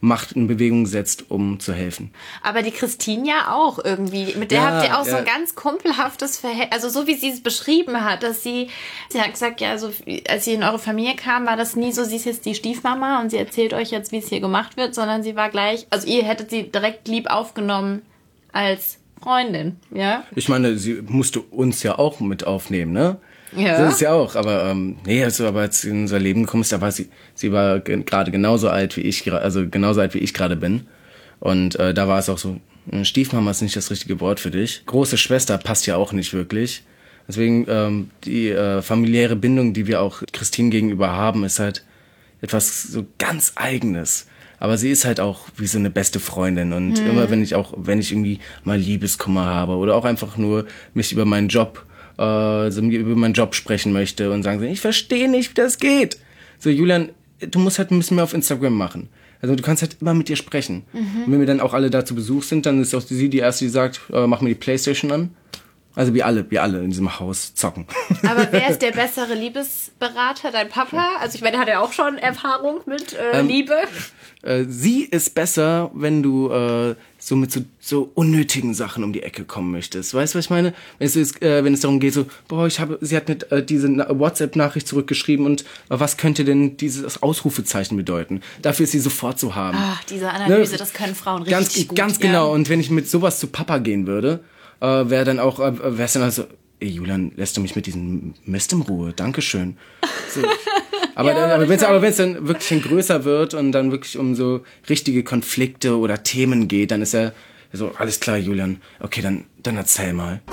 Macht in Bewegung setzt, um zu helfen. Aber die Christine ja auch irgendwie. Mit der Ja, habt ihr auch ja. so ein ganz kumpelhaftes Verhältnis. Also so wie sie es beschrieben hat, dass sie, sie hat gesagt, ja, also als sie in eure Familie kam, war das nie so, sie ist jetzt die Stiefmama und sie erzählt euch jetzt, wie es hier gemacht wird, sondern sie war gleich, also ihr hättet sie direkt lieb aufgenommen als Freundin, ja? Ich meine, sie musste uns ja auch mit aufnehmen, ne? Ja. Das ist ja auch, aber ähm, nee, also aber als sie in unser Leben gekommen ist, da war sie, sie war ge- gerade genauso alt wie ich, gra- also genauso alt wie ich gerade bin. Und äh, da war es auch so, Stiefmama ist nicht das richtige Wort für dich. Große Schwester passt ja auch nicht wirklich. Deswegen ähm, die äh, familiäre Bindung, die wir auch Christine gegenüber haben, ist halt etwas so ganz Eigenes. Aber sie ist halt auch wie so eine beste Freundin. Und Hm. immer wenn ich auch, wenn ich irgendwie mal Liebeskummer habe oder auch einfach nur mich über meinen Job äh, so über meinen Job sprechen möchte und sagen so, ich verstehe nicht, wie das geht. So, Julian, du musst halt ein bisschen mehr auf Instagram machen. Also du kannst halt immer mit ihr sprechen. Mhm. Und wenn wir dann auch alle da zu Besuch sind, dann ist auch sie die Erste, die sagt, äh, mach mir die Playstation an. Also wir alle, wir alle in diesem Haus zocken. Aber wer ist der bessere Liebesberater? Dein Papa? Also ich meine, der hat ja auch schon Erfahrung mit äh, Ähm, Liebe. Äh, sie ist besser, wenn du äh, so mit so, so unnötigen Sachen um die Ecke kommen möchtest. Weißt du, was ich meine? Wenn es, ist, äh, wenn es darum geht, so, boah, ich habe, sie hat mir äh, diese Na- WhatsApp-Nachricht zurückgeschrieben und äh, was könnte denn dieses Ausrufezeichen bedeuten? Dafür ist sie sofort zu haben. Ach, diese Analyse, Ne? das können Frauen richtig Ganz, gut. ganz ja. genau. Und wenn ich mit sowas zu Papa gehen würde, äh, wäre dann auch, äh, wäre es dann also, ey Julian, lässt du mich mit diesem Mist in Ruhe? Dankeschön. So. Aber, Ja, dann, aber aber ich wenn es mein- aber wenn's dann wirklich dann größer wird und dann wirklich um so richtige Konflikte oder Themen geht, dann ist er so, alles klar, Julian, okay, dann, dann erzähl mal.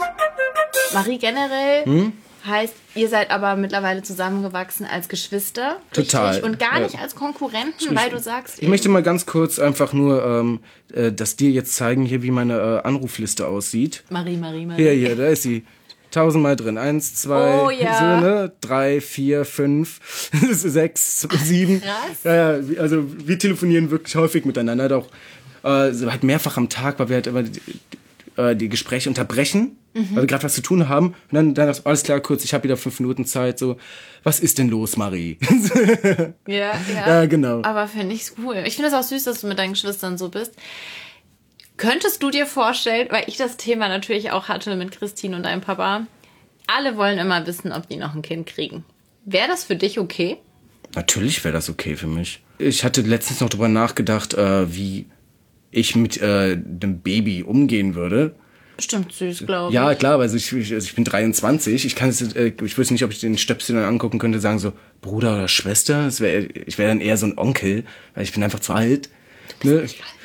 Marie generell Hm? heißt, ihr seid aber mittlerweile zusammengewachsen als Geschwister. Total. Richtig? Und gar Ja. nicht als Konkurrenten, weil du sagst, Ich möchte mal ganz kurz einfach nur, ähm, äh, das dir jetzt zeigen, hier, wie meine äh, Anrufliste aussieht. Marie, Marie, Marie. Hier, hier, da ist sie. Tausendmal drin. Eins, zwei, Oh, ja. so, ne? Drei, vier, fünf, sechs, sieben. Krass. Ja, ja, wie- also wir telefonieren wirklich häufig miteinander. Halt auch äh, so halt mehrfach am Tag, weil wir halt immer die, äh, die Gespräche unterbrechen, Mhm. weil wir gerade was zu tun haben. Und dann, dann alles klar, kurz, ich habe wieder fünf Minuten Zeit. So, was ist denn los, Marie? Ja, ja. Ja, genau. Aber finde ich cool. Ich finde es auch süß, dass du mit deinen Geschwistern so bist. Könntest du dir vorstellen, weil ich das Thema natürlich auch hatte mit Christine und deinem Papa, alle wollen immer wissen, ob die noch ein Kind kriegen. Wäre das für dich okay? Natürlich wäre das okay für mich. Ich hatte letztens noch drüber nachgedacht, äh, wie ich mit äh, dem Baby umgehen würde. Bestimmt süß, glaube ich. Ja, klar, also ich, ich, also ich bin dreiundzwanzig. Ich kann es, äh, ich wüsste nicht, ob ich den Stöpsel dann angucken könnte, sagen so, Bruder oder Schwester. Das wär, ich wäre dann eher so ein Onkel, weil ich bin einfach zu alt. Ne?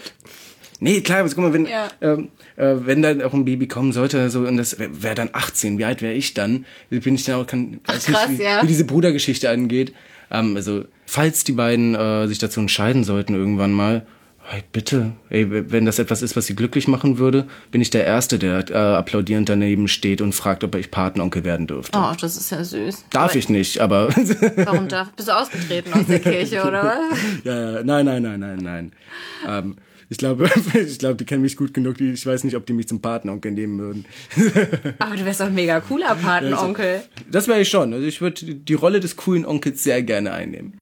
Nee, klar, also, guck mal, wenn, Ja. ähm, äh, wenn dann auch ein Baby kommen sollte, so, und das wäre wär dann achtzehn, wie alt wäre ich dann? Bin ich dann auch, kann, weiß krass, nicht, wie, ja. wie diese Brudergeschichte angeht. Ähm, also, falls die beiden äh, sich dazu entscheiden sollten irgendwann mal, hey, bitte, ey, wenn das etwas ist, was sie glücklich machen würde, bin ich der Erste, der äh, applaudierend daneben steht und fragt, ob ich Patenonkel werden dürfte. Oh, das ist ja süß. Darf Aber ich nicht, aber Warum darf? Bist du ausgetreten aus der Kirche, oder was? ja, ja, nein, nein, nein, nein, nein. Ähm, ich glaube, ich glaube, die kennen mich gut genug. Die, ich weiß nicht, ob die mich zum Patenonkel nehmen würden. Aber du wärst doch ein mega cooler Patenonkel. Das wäre ich schon. Also ich würde die Rolle des coolen Onkels sehr gerne einnehmen.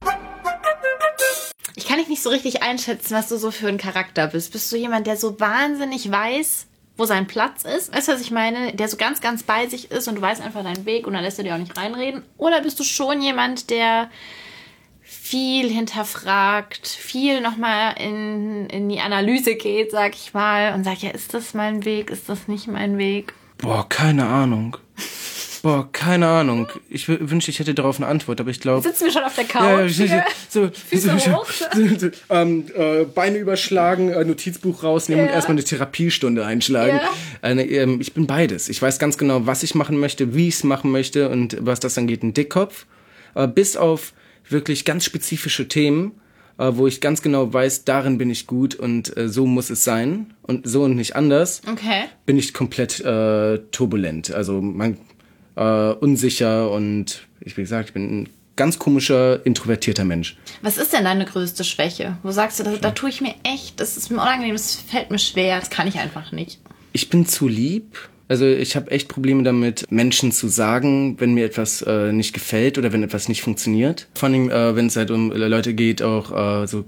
Ich kann dich nicht so richtig einschätzen, was du so für ein Charakter bist. Bist du jemand, der so wahnsinnig weiß, wo sein Platz ist? Weißt du, was ich meine? Der so ganz, ganz bei sich ist und du weißt einfach deinen Weg und dann lässt er dir auch nicht reinreden? Oder bist du schon jemand, der viel hinterfragt, viel nochmal in, in die Analyse geht, sag ich mal, und sagt, ja, ist das mein Weg, ist das nicht mein Weg? Boah, keine Ahnung. Boah, keine Ahnung. Ich w- wünschte, ich hätte darauf eine Antwort, aber ich glaube... Sitzen wir schon auf der Couch? Ja, ja, hier? so, Füße so, hoch. so, so, ähm, äh, Beine überschlagen, äh, Notizbuch rausnehmen Ja. und erstmal eine Therapiestunde einschlagen. Ja. Eine, ähm, ich bin beides. Ich weiß ganz genau, was ich machen möchte, wie ich es machen möchte und was das angeht, ein Dickkopf. Äh, bis auf wirklich ganz spezifische Themen, äh, wo ich ganz genau weiß, darin bin ich gut und äh, so muss es sein und so und nicht anders, Okay. bin ich komplett äh, turbulent. Also man, äh, unsicher und ich, wie gesagt, ich bin ein ganz komischer, introvertierter Mensch. Was ist denn deine größte Schwäche? Wo sagst du, da, da tue ich mir echt, das ist mir unangenehm, das fällt mir schwer, das kann ich einfach nicht. Ich bin zu lieb. Also ich habe echt Probleme damit, Menschen zu sagen, wenn mir etwas äh, nicht gefällt oder wenn etwas nicht funktioniert. Vor allem, äh, wenn es halt um Leute geht, auch äh, so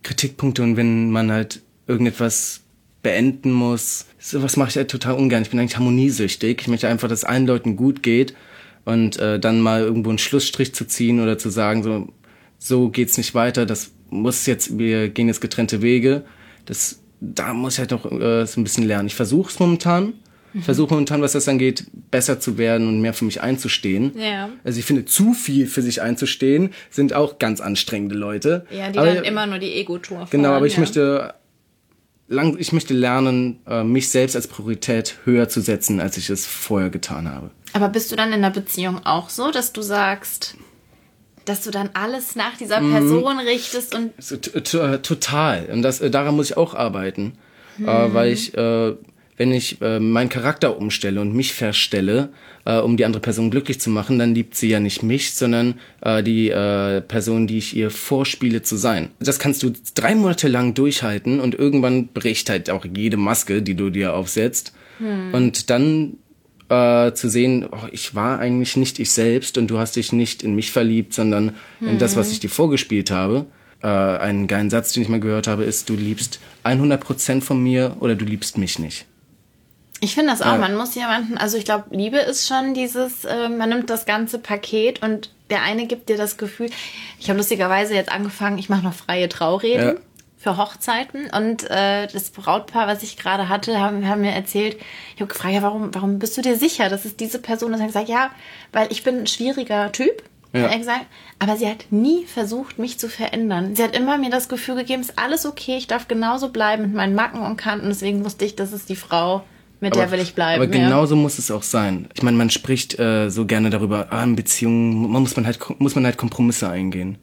Kritikpunkte und wenn man halt irgendetwas beenden muss, sowas mache ich halt total ungern. Ich bin eigentlich harmoniesüchtig. Ich möchte einfach, dass es allen Leuten gut geht und äh, dann mal irgendwo einen Schlussstrich zu ziehen oder zu sagen, so, so geht's nicht weiter, das muss jetzt, wir gehen jetzt getrennte Wege. Das, da muss ich halt noch äh, so ein bisschen lernen. Ich versuche es momentan. Ich versuche momentan, was das angeht, besser zu werden und mehr für mich einzustehen. Ja. Also ich finde, zu viel für sich einzustehen, sind auch ganz anstrengende Leute. Ja, die aber, dann immer nur die Ego-Tour fahren. Genau, aber ich ja. möchte lang, ich möchte lernen, mich selbst als Priorität höher zu setzen, als ich es vorher getan habe. Aber bist du dann in der Beziehung auch so, dass du sagst, dass du dann alles nach dieser Person mhm. richtest und... So, t- t- total. Und das, daran muss ich auch arbeiten. Mhm. Äh, weil ich... Äh, wenn ich äh, meinen Charakter umstelle und mich verstelle, äh, um die andere Person glücklich zu machen, dann liebt sie ja nicht mich, sondern äh, die äh, Person, die ich ihr vorspiele zu sein. Das kannst du drei Monate lang durchhalten und irgendwann bricht halt auch jede Maske, die du dir aufsetzt. Hm. Und dann äh, zu sehen, oh, ich war eigentlich nicht ich selbst und du hast dich nicht in mich verliebt, sondern hm. in das, was ich dir vorgespielt habe. Äh, einen geilen Satz, den ich mal gehört habe, ist, du liebst hundert Prozent von mir oder du liebst mich nicht. Ich finde das auch, ja. man muss jemanden, also ich glaube, Liebe ist schon dieses, äh, man nimmt das ganze Paket und der eine gibt dir das Gefühl, ich habe lustigerweise jetzt angefangen, ich mache noch freie Traureden ja. für Hochzeiten und äh, das Brautpaar, was ich gerade hatte, haben, haben mir erzählt, ich habe gefragt, ja, warum, warum bist du dir sicher, dass es diese Person ist? Und ich habe gesagt, ja, weil ich bin ein schwieriger Typ. Ja. Hat er gesagt, aber sie hat nie versucht, mich zu verändern. Sie hat immer mir das Gefühl gegeben, ist alles okay, ich darf genauso bleiben mit meinen Macken und Kanten, deswegen wusste ich, das ist die Frau, mit aber, der will ich bleiben. Aber ja. genauso muss es auch sein. Ich meine, man spricht äh, so gerne darüber, ah, in Beziehungen muss man halt muss man halt Kompromisse eingehen.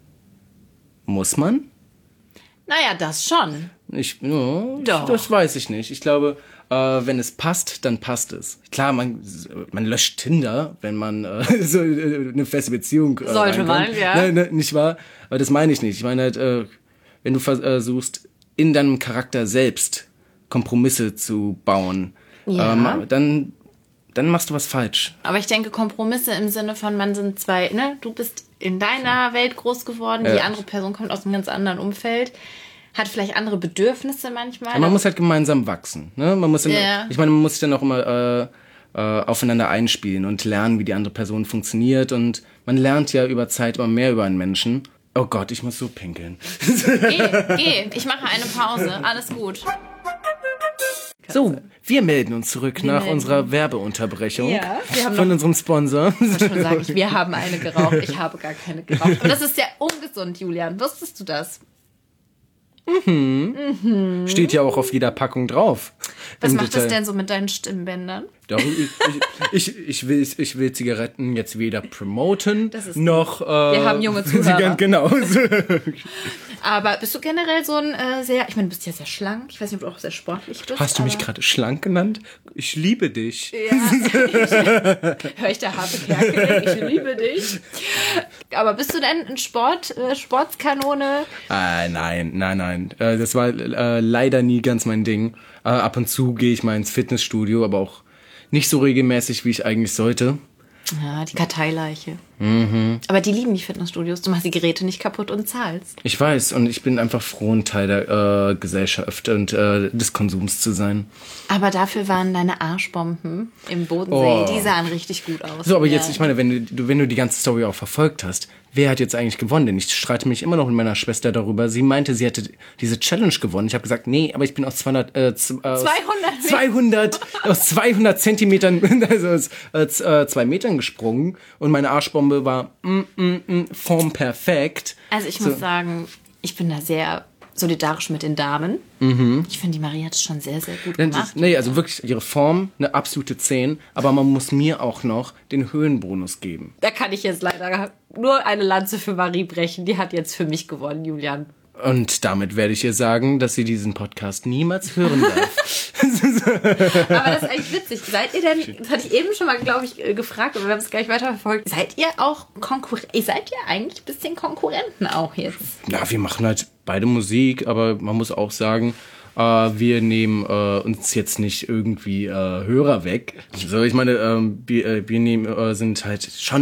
Muss man? Naja, das schon. Ich, ja, Doch. Das weiß ich nicht. Ich glaube, äh, wenn es passt, dann passt es. Klar, man, man löscht Tinder, wenn man äh, so eine feste Beziehung äh, sollte man, ja. Nein, ne, nicht wahr? Aber das meine ich nicht. Ich meine halt, äh, wenn du versuchst, in deinem Charakter selbst Kompromisse zu bauen, ja. ähm, dann, dann machst du was falsch. Aber ich denke, Kompromisse im Sinne von, man sind zwei, ne? Du bist in deiner Welt groß geworden, ja. die andere Person kommt aus einem ganz anderen Umfeld, hat vielleicht andere Bedürfnisse manchmal. Aber man muss halt gemeinsam wachsen. Ne? Man muss dann, ja. Ich meine, man muss sich dann auch immer äh, äh, aufeinander einspielen und lernen, wie die andere Person funktioniert. Und man lernt ja über Zeit immer mehr über einen Menschen. Oh Gott, ich muss so pinkeln. Geh, geh, ich mache eine Pause. Alles gut. So, wir melden uns zurück wir nach melden. unserer Werbeunterbrechung ja, wir haben von noch, unserem Sponsor. Ich muss schon sagen, wir haben eine geraucht, ich habe gar keine geraucht. Aber das ist sehr ungesund, Julian. Wusstest du das? Mhm. Mhm. Steht ja auch auf jeder Packung drauf. Was Im macht Detail. das denn so mit deinen Stimmbändern? Doch, ich, ich, ich, ich, will, ich will Zigaretten jetzt weder promoten, Das ist noch... Äh, wir haben junge Zuhörer. Genau. Aber bist du generell so ein äh, sehr... Ich meine, du bist ja sehr schlank. Ich weiß nicht, ob du auch sehr sportlich bist. Hast du mich gerade schlank genannt? Ich liebe dich. Ja, ich, hör ich der harte Kerkel, ich liebe dich. Aber bist du denn ein Sport, äh, Sportskanone? Ah, nein, nein, nein. Äh, das war äh, leider nie ganz mein Ding. Äh, ab und zu gehe ich mal ins Fitnessstudio, aber auch nicht so regelmäßig, wie ich eigentlich sollte. Ja, die Karteileiche. Mhm. Aber die lieben die Fitnessstudios. Du machst die Geräte nicht kaputt und zahlst. Ich weiß, und ich bin einfach froh, ein Teil der äh, Gesellschaft und äh, des Konsums zu sein. Aber dafür waren deine Arschbomben im Bodensee, Oh. die sahen richtig gut aus. So, aber ja. jetzt, ich meine, wenn du, wenn du die ganze Story auch verfolgt hast, wer hat jetzt eigentlich gewonnen? Denn ich streite mich immer noch mit meiner Schwester darüber. Sie meinte, sie hätte diese Challenge gewonnen. Ich habe gesagt, nee, aber ich bin aus zweihundert, äh, z- äh, aus zweihundert zweihundert, aus zweihundert Zentimetern, also aus äh, z- äh, zwei Metern gesprungen und meine Arschbombe war mm, mm, mm, formperfekt. Also ich So. muss sagen, ich bin da sehr solidarisch mit den Damen. Mhm. Ich finde, die Marie hat es schon sehr, sehr gut Das- gemacht. Nee, also wirklich ihre Form, eine absolute zehn, aber man muss mir auch noch den Höhenbonus geben. Da kann ich jetzt leider nur eine Lanze für Marie brechen. Die hat jetzt für mich gewonnen, Julian. Und damit werde ich ihr sagen, dass sie diesen Podcast niemals hören darf. Aber das ist eigentlich witzig. Seid ihr denn, das hatte ich eben schon mal, glaube ich, äh, gefragt, aber wir haben es gleich weiter verfolgt. Seid ihr auch Konkurrenten? Seid ihr eigentlich ein bisschen Konkurrenten auch jetzt? Ja, wir machen halt beide Musik, aber man muss auch sagen, äh, wir nehmen äh, uns jetzt nicht irgendwie äh, Hörer weg. So, ich meine, ähm, wir, äh, wir nehmen, äh, sind halt schon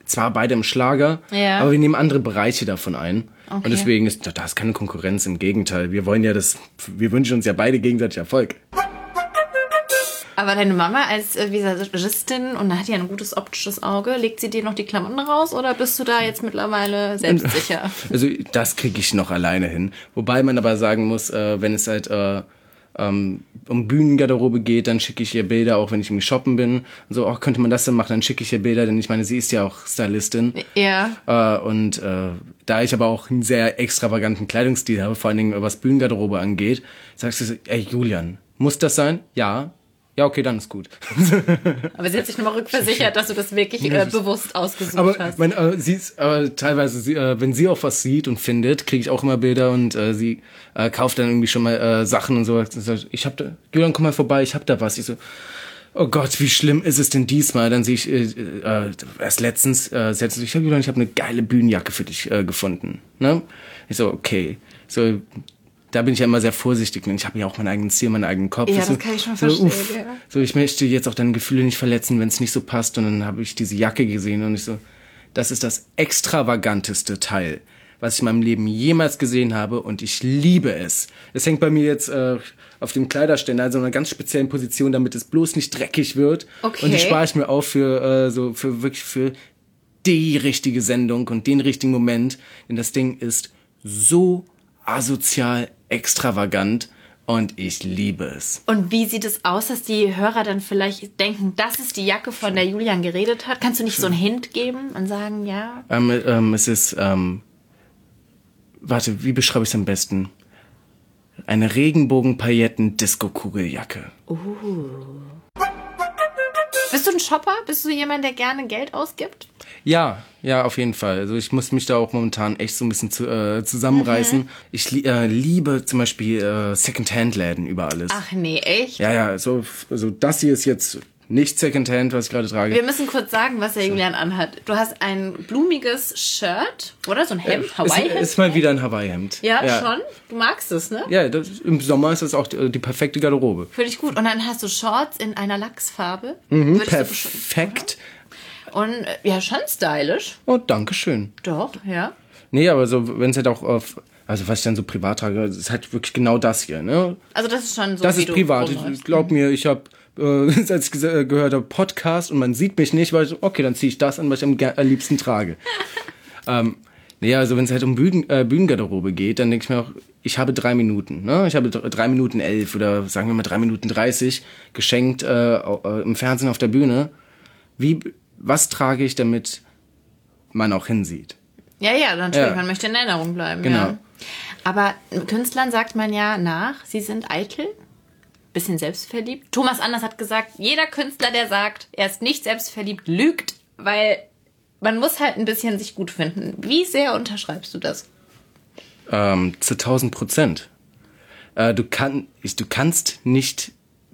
zwar beide im Schlager, ja. aber wir nehmen andere Bereiche davon ein. Okay. Und deswegen ist da ist keine Konkurrenz, im Gegenteil. Wir wollen ja das, wir wünschen uns ja beide gegenseitig Erfolg. Aber deine Mama als äh, Visagistin, und da hat ja ein gutes optisches Auge, legt sie dir noch die Klamotten raus oder bist du da jetzt mittlerweile selbstsicher? Also das kriege ich noch alleine hin. Wobei man aber sagen muss, äh, wenn es halt äh, ähm, um Bühnengarderobe geht, dann schicke ich ihr Bilder, auch wenn ich irgendwie shoppen bin. Und so, auch könnte man das dann machen, dann schicke ich ihr Bilder, denn ich meine, sie ist ja auch Stylistin. Ja. Äh, und äh, da ich aber auch einen sehr extravaganten Kleidungsstil habe, vor allen Dingen was Bühnengarderobe angeht, sagst du so, ey Julian, muss das sein? Ja. Ja, okay, dann ist gut. Aber sie hat sich nochmal rückversichert, dass du das wirklich äh, bewusst ausgesucht aber, hast. Mein, äh, sie ist äh, teilweise, sie, äh, wenn sie auch was sieht und findet, kriege ich auch immer Bilder und äh, sie äh, kauft dann irgendwie schon mal äh, Sachen und so. Ich hab da, Julian, komm mal vorbei, ich hab da was. Ich so, oh Gott, wie schlimm ist es denn diesmal? Dann sehe ich äh, äh, erst letztens, äh, sie hat so, ich hab, Julian, ich habe eine geile Bühnenjacke für dich äh, gefunden. Ne? Ich so, okay. So, da bin ich ja immer sehr vorsichtig. Ich habe ja auch meinen eigenen Ziel, meinen eigenen Kopf. Ja, das so, kann ich schon so, verstehen. Uff, ja. So, ich möchte jetzt auch deine Gefühle nicht verletzen, wenn es nicht so passt. Und dann habe ich diese Jacke gesehen und ich so, das ist das extravaganteste Teil, was ich in meinem Leben jemals gesehen habe und ich liebe es. Es hängt bei mir jetzt äh, auf dem Kleiderständer, also in einer ganz speziellen Position, damit es bloß nicht dreckig wird. Okay. Und die spare ich mir auf für äh, so für wirklich für die richtige Sendung und den richtigen Moment. Denn das Ding ist so asozial extravagant und ich liebe es. Und wie sieht es aus, dass die Hörer dann vielleicht denken, das ist die Jacke, von der Julian geredet hat? Kannst du nicht so einen Hint geben und sagen, ja? Ähm, ähm, es ist, ähm, warte, wie beschreibe ich es am besten? Eine Regenbogen-Pailletten-Disco-Kugeljacke. Uh. Bist du ein Shopper? Bist du jemand, der gerne Geld ausgibt? Ja, ja, auf jeden Fall. Also ich muss mich da auch momentan echt so ein bisschen zu, äh, zusammenreißen. Mhm. Ich li- äh, liebe zum Beispiel äh, Secondhand-Läden über alles. Ach nee, echt? Ja, ja, so, also das hier ist jetzt nicht Secondhand, was ich gerade trage. Wir müssen kurz sagen, was der Julian anhat. Du hast ein blumiges Shirt, oder? So ein Hemd, äh, Hawaii-Hemd? Ist, ist mal wieder ein Hawaii-Hemd. Ja, ja, schon? Du magst es, ne? Ja, das, im Sommer ist das auch die, die perfekte Garderobe. Finde ich gut. Und dann hast du Shorts in einer Lachsfarbe. Mhm, perfekt. Und ja, schon stylisch. Oh, danke schön. Doch, ja. Nee, aber so, wenn es halt auch auf, also was ich dann so privat trage, das ist halt wirklich genau das hier, ne? Also das ist schon so, das wie ist du privat. Ich, glaub mir, ich habe, äh, als ich ge- gehört habe, Podcast und man sieht mich nicht, weil ich so, okay, dann ziehe ich das an, was ich am, am liebsten trage. ähm, nee, also wenn es halt um Bühnen, äh, Bühnengarderobe geht, dann denke ich mir auch, ich habe drei Minuten, ne? Ich habe drei Minuten elf oder sagen wir mal drei Minuten dreißig geschenkt äh, äh, im Fernsehen auf der Bühne. Wie, was trage ich, damit man auch hinsieht? Ja, ja, natürlich, Ja. man möchte in Erinnerung bleiben. Genau. Ja. Aber Künstlern sagt man ja nach, sie sind eitel, bisschen selbstverliebt. Thomas Anders hat gesagt, jeder Künstler, der sagt, er ist nicht selbstverliebt, lügt, weil man muss halt ein bisschen sich gut finden. Wie sehr unterschreibst du das? Ähm, zu tausend Prozent. Äh, du, kann, ich, du kannst nicht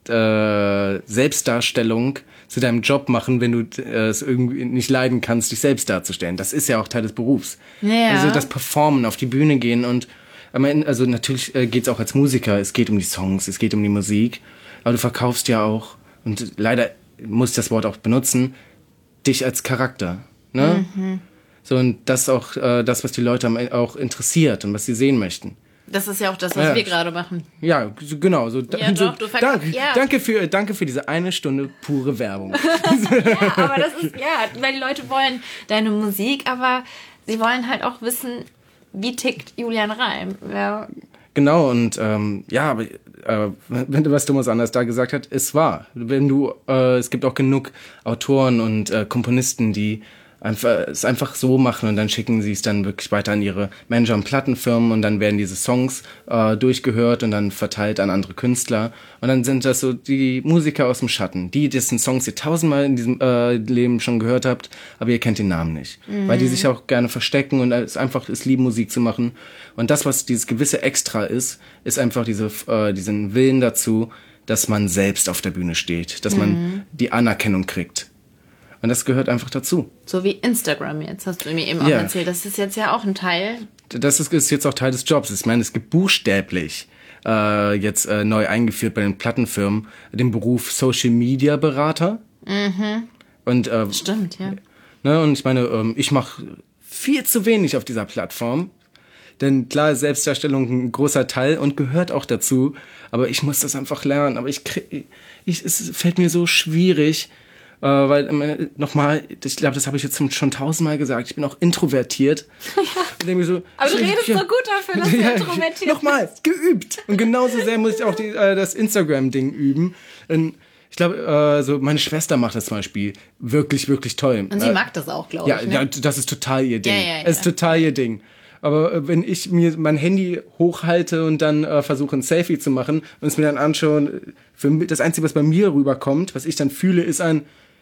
äh, Selbstdarstellung zu deinem Job machen, wenn du äh, es irgendwie nicht leiden kannst, dich selbst darzustellen. Das ist ja auch Teil des Berufs. Ja. Also das Performen, auf die Bühne gehen und am Ende, also natürlich äh, geht's auch als Musiker, es geht um die Songs, es geht um die Musik, aber du verkaufst ja auch, und leider muss ich das Wort auch benutzen, dich als Charakter. Ne? Mhm. So, und das ist auch äh, das, was die Leute am Ende auch interessiert und was sie sehen möchten. Das ist ja auch das, was Ja. wir gerade machen. Ja, so, genau. So, Ja, so, doch, du verkauf- danke, ja. danke, für, danke für diese eine Stunde pure Werbung. Ja, aber das ist, ja, weil die Leute wollen deine Musik, aber sie wollen halt auch wissen, wie tickt Julian Reim. Ja. Genau, und ähm, ja, aber äh, wenn du was Thomas Anders da gesagt hat, ist wahr. Wenn du, äh, es gibt auch genug Autoren und äh, Komponisten, die einfach es einfach so machen und dann schicken sie es dann wirklich weiter an ihre Manager und Plattenfirmen und dann werden diese Songs äh, durchgehört und dann verteilt an andere Künstler und dann sind das so die Musiker aus dem Schatten, die dessen Songs ihr tausendmal in diesem äh, Leben schon gehört habt, aber ihr kennt den Namen nicht, mhm. weil die sich auch gerne verstecken und es einfach ist, lieben Musik zu machen und das, was dieses gewisse Extra ist, ist einfach diese äh, diesen Willen dazu, dass man selbst auf der Bühne steht, dass mhm. man die Anerkennung kriegt. Und das gehört einfach dazu. So wie Instagram jetzt, hast du mir eben auch Ja. erzählt. Das ist jetzt ja auch ein Teil. Das ist, ist jetzt auch Teil des Jobs. Ich meine, es gibt buchstäblich äh, jetzt äh, neu eingeführt bei den Plattenfirmen den Beruf Social Media Berater. Mhm. Und äh, Stimmt, ja. Ne? Und ich meine, ähm, ich mache viel zu wenig auf dieser Plattform. Denn klar ist Selbstdarstellung ein großer Teil und gehört auch dazu. Aber ich muss das einfach lernen. Aber ich, krieg, ich es fällt mir so schwierig, äh, weil äh, nochmal, ich glaube, das habe ich jetzt schon tausendmal gesagt. Ich bin auch introvertiert. Ja. Und so, aber du ich, redest ja, so gut dafür, dass du ja, introvertiert bist. Nochmal, geübt. Und genauso sehr muss ich auch die, äh, das Instagram-Ding üben. Und ich glaube, äh, so meine Schwester macht das zum Beispiel wirklich, wirklich toll. Und sie äh, mag das auch, glaube ja, ich. Ne? Ja, das ist total ihr Ding. Ja, ja, ja. Es ist total ihr Ding. Aber äh, wenn ich mir mein Handy hochhalte und dann äh, versuche, ein Selfie zu machen und es mir dann anschauen, für mich, das Einzige, was bei mir rüberkommt, was ich dann fühle, ist ein,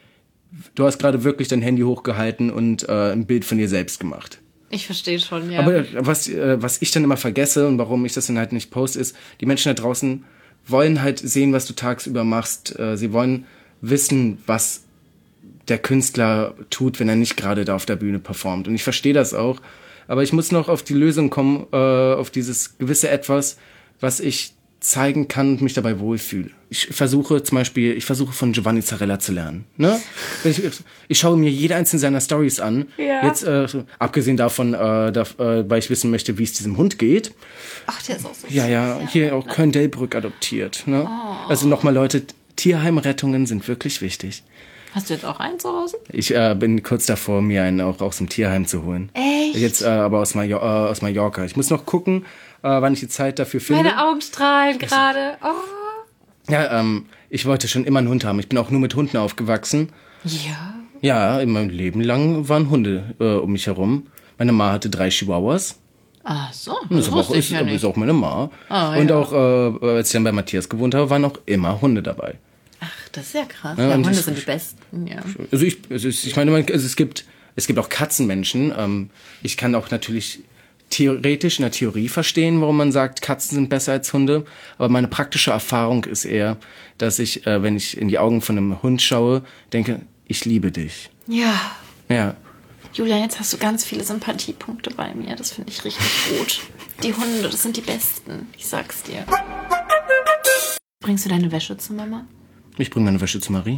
du hast gerade wirklich dein Handy hochgehalten und äh, ein Bild von dir selbst gemacht. Ich verstehe schon, ja. Aber was, äh, was ich dann immer vergesse und warum ich das dann halt nicht poste, ist, die Menschen da draußen wollen halt sehen, was du tagsüber machst. Äh, sie wollen wissen, was der Künstler tut, wenn er nicht gerade da auf der Bühne performt. Und ich verstehe das auch. Aber ich muss noch auf die Lösung kommen, äh, auf dieses gewisse Etwas, was ich zeigen kann und mich dabei wohlfühle. Ich versuche zum Beispiel, ich versuche von Giovanni Zarella zu lernen. Ne? Ich, ich schaue mir jede einzelne seiner Stories an. Ja. Jetzt, äh, abgesehen davon, äh, da, äh, weil ich wissen möchte, wie es diesem Hund geht. Ach, der ist auch so Ja, ja, süß, hier auch Köln-Delbrück adoptiert. Ne? Oh. Also nochmal, Leute, Tierheimrettungen sind wirklich wichtig. Hast du jetzt auch einen zu Hause? Ich äh, bin kurz davor, mir einen auch aus dem Tierheim zu holen. Echt? Jetzt äh, aber aus, Major- äh, aus Mallorca. Ich muss noch gucken, äh, wann ich die Zeit dafür finde. Meine Augen strahlen gerade. Oh. Ja, ähm, ich wollte schon immer einen Hund haben. Ich bin auch nur mit Hunden aufgewachsen. Ja? Ja, in meinem Leben lang waren Hunde äh, um mich herum. Meine Ma hatte drei Chihuahuas. Ach so, das das ist, wusste auch, ich ist, ja nicht. ist auch meine Ma. Oh, und ja. auch, äh, als ich dann bei Matthias gewohnt habe, waren auch immer Hunde dabei. Ach, das ist ja krass. Ja, Ja, und Hunde ich- sind die Besten, ja. Also ich, also ich meine, man- also es gibt, es gibt auch Katzenmenschen. Ähm, ich kann auch natürlich theoretisch in der Theorie verstehen, warum man sagt, Katzen sind besser als Hunde. Aber meine praktische Erfahrung ist eher, dass ich, äh, wenn ich in die Augen von einem Hund schaue, denke, ich liebe dich. Ja. Ja. Julia, jetzt hast du ganz viele Sympathiepunkte bei mir. Das finde ich richtig gut. Die Hunde, das sind die Besten. Ich sag's dir. Bringst du deine Wäsche zu Mama? Ich bringe meine Wäsche zu Marie.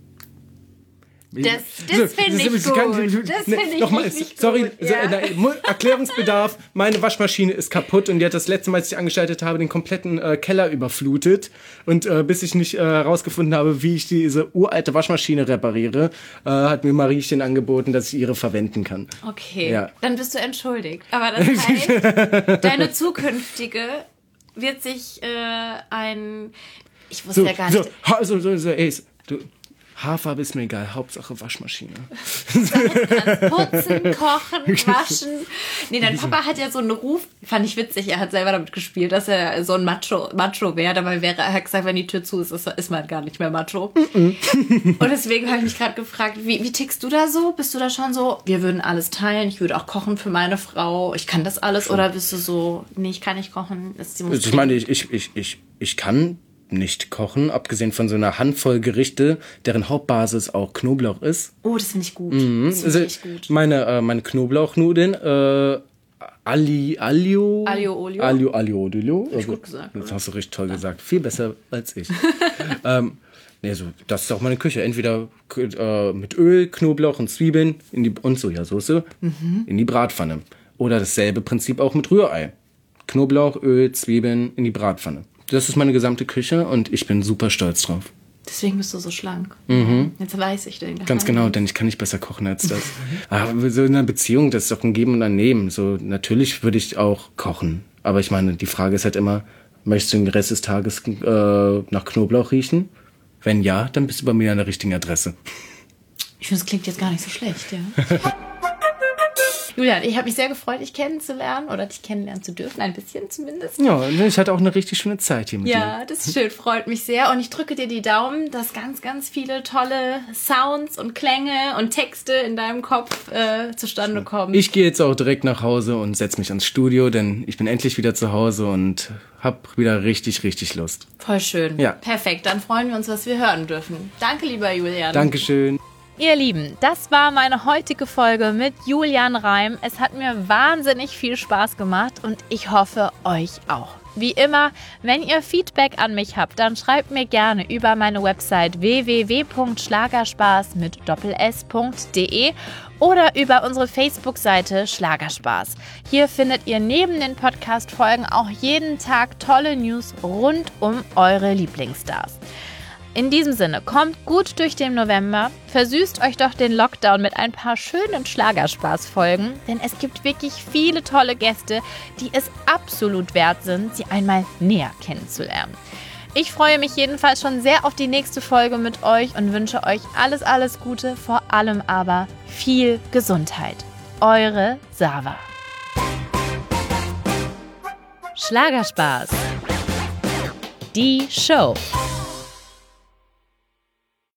Das, das finde ich Sie kann- gut. Das Ne, finde ich nochmal, richtig sorry, gut. so, Ja. nein, Mu- Erklärungsbedarf. Meine Waschmaschine ist kaputt und die hat das letzte Mal, als ich sie angeschaltet habe, den kompletten äh, Keller überflutet. Und äh, bis ich nicht äh, herausgefunden habe, wie ich diese uralte Waschmaschine repariere, äh, hat mir Mariechen angeboten, dass ich ihre verwenden kann. Okay, Ja. dann bist du entschuldigt. Aber das heißt, deine zukünftige wird sich äh, ein... Ich wusste So, ja gar nicht... so, ha- so, so, so, ey, du, Haarfarbe ist mir egal, Hauptsache Waschmaschine. Putzen, kochen, waschen. Nee, dein Papa hat ja so einen Ruf, fand ich witzig, er hat selber damit gespielt, dass er so ein Macho, Macho wäre. Dabei wäre er hat gesagt, wenn die Tür zu ist, ist, ist man gar nicht mehr Macho. Und deswegen habe ich mich gerade gefragt, wie, wie tickst du da so? Bist du da schon so, wir würden alles teilen, ich würde auch kochen für meine Frau, ich kann das alles? Oder bist du so, nee, ich kann nicht kochen. Das, die muss Also ich meine, ich, ich, ich, ich, ich kann nicht kochen, abgesehen von so einer Handvoll Gerichte, deren Hauptbasis auch Knoblauch ist. Oh, das finde ich gut. Mhm. Das finde Also ich echt gut. meine, äh, meine Knoblauchnudeln, äh, Ali, Alio, Aglio Olio. Alio, Alio, Olio. ich gut gesagt, Das oder? hast du richtig toll gesagt. Viel besser als ich. ähm, nee, so, das ist auch meine Küche. Entweder äh, mit Öl, Knoblauch und Zwiebeln in die, und Sojasauce Mhm. in die Bratpfanne. Oder dasselbe Prinzip auch mit Rührei. Knoblauch, Öl, Zwiebeln in die Bratpfanne. Das ist meine gesamte Küche und ich bin super stolz drauf. Deswegen bist du so schlank. Jetzt weiß ich den Ganz Geheimnis. genau, denn ich kann nicht besser kochen als das. Aber so in einer Beziehung, das ist doch ein Geben und ein Nehmen. So, natürlich würde ich auch kochen. Aber ich meine, die Frage ist halt immer, möchtest du den Rest des Tages äh, nach Knoblauch riechen? Wenn ja, dann bist du bei mir an der richtigen Adresse. Ich finde, es klingt jetzt gar nicht so schlecht, ja. Julian, ich habe mich sehr gefreut, dich kennenzulernen oder dich kennenlernen zu dürfen, ein bisschen zumindest. Ja, ich hatte auch eine richtig schöne Zeit hier mit dir. Ja, das ist schön, freut mich sehr. Und ich drücke dir die Daumen, dass ganz, ganz viele tolle Sounds und Klänge und Texte in deinem Kopf äh, zustande kommen. Ich gehe jetzt auch direkt nach Hause und setze mich ans Studio, denn ich bin endlich wieder zu Hause und hab wieder richtig, richtig Lust. Voll schön. Ja. Perfekt, dann freuen wir uns, was wir hören dürfen. Danke, lieber Julian. Dankeschön. Ihr Lieben, das war meine heutige Folge mit Julian Reim. Es hat mir wahnsinnig viel Spaß gemacht und ich hoffe, euch auch. Wie immer, wenn ihr Feedback an mich habt, dann schreibt mir gerne über meine Website w w w punkt schlagerspaß mit doppel-s punkt de oder über unsere Facebook-Seite Schlagerspaß. Hier findet ihr neben den Podcast-Folgen auch jeden Tag tolle News rund um eure Lieblingsstars. In diesem Sinne, kommt gut durch den November, versüßt euch doch den Lockdown mit ein paar schönen Schlagerspaß-Folgen, denn es gibt wirklich viele tolle Gäste, die es absolut wert sind, sie einmal näher kennenzulernen. Ich freue mich jedenfalls schon sehr auf die nächste Folge mit euch und wünsche euch alles, alles Gute, vor allem aber viel Gesundheit. Eure Sava. Schlagerspaß. Die Show.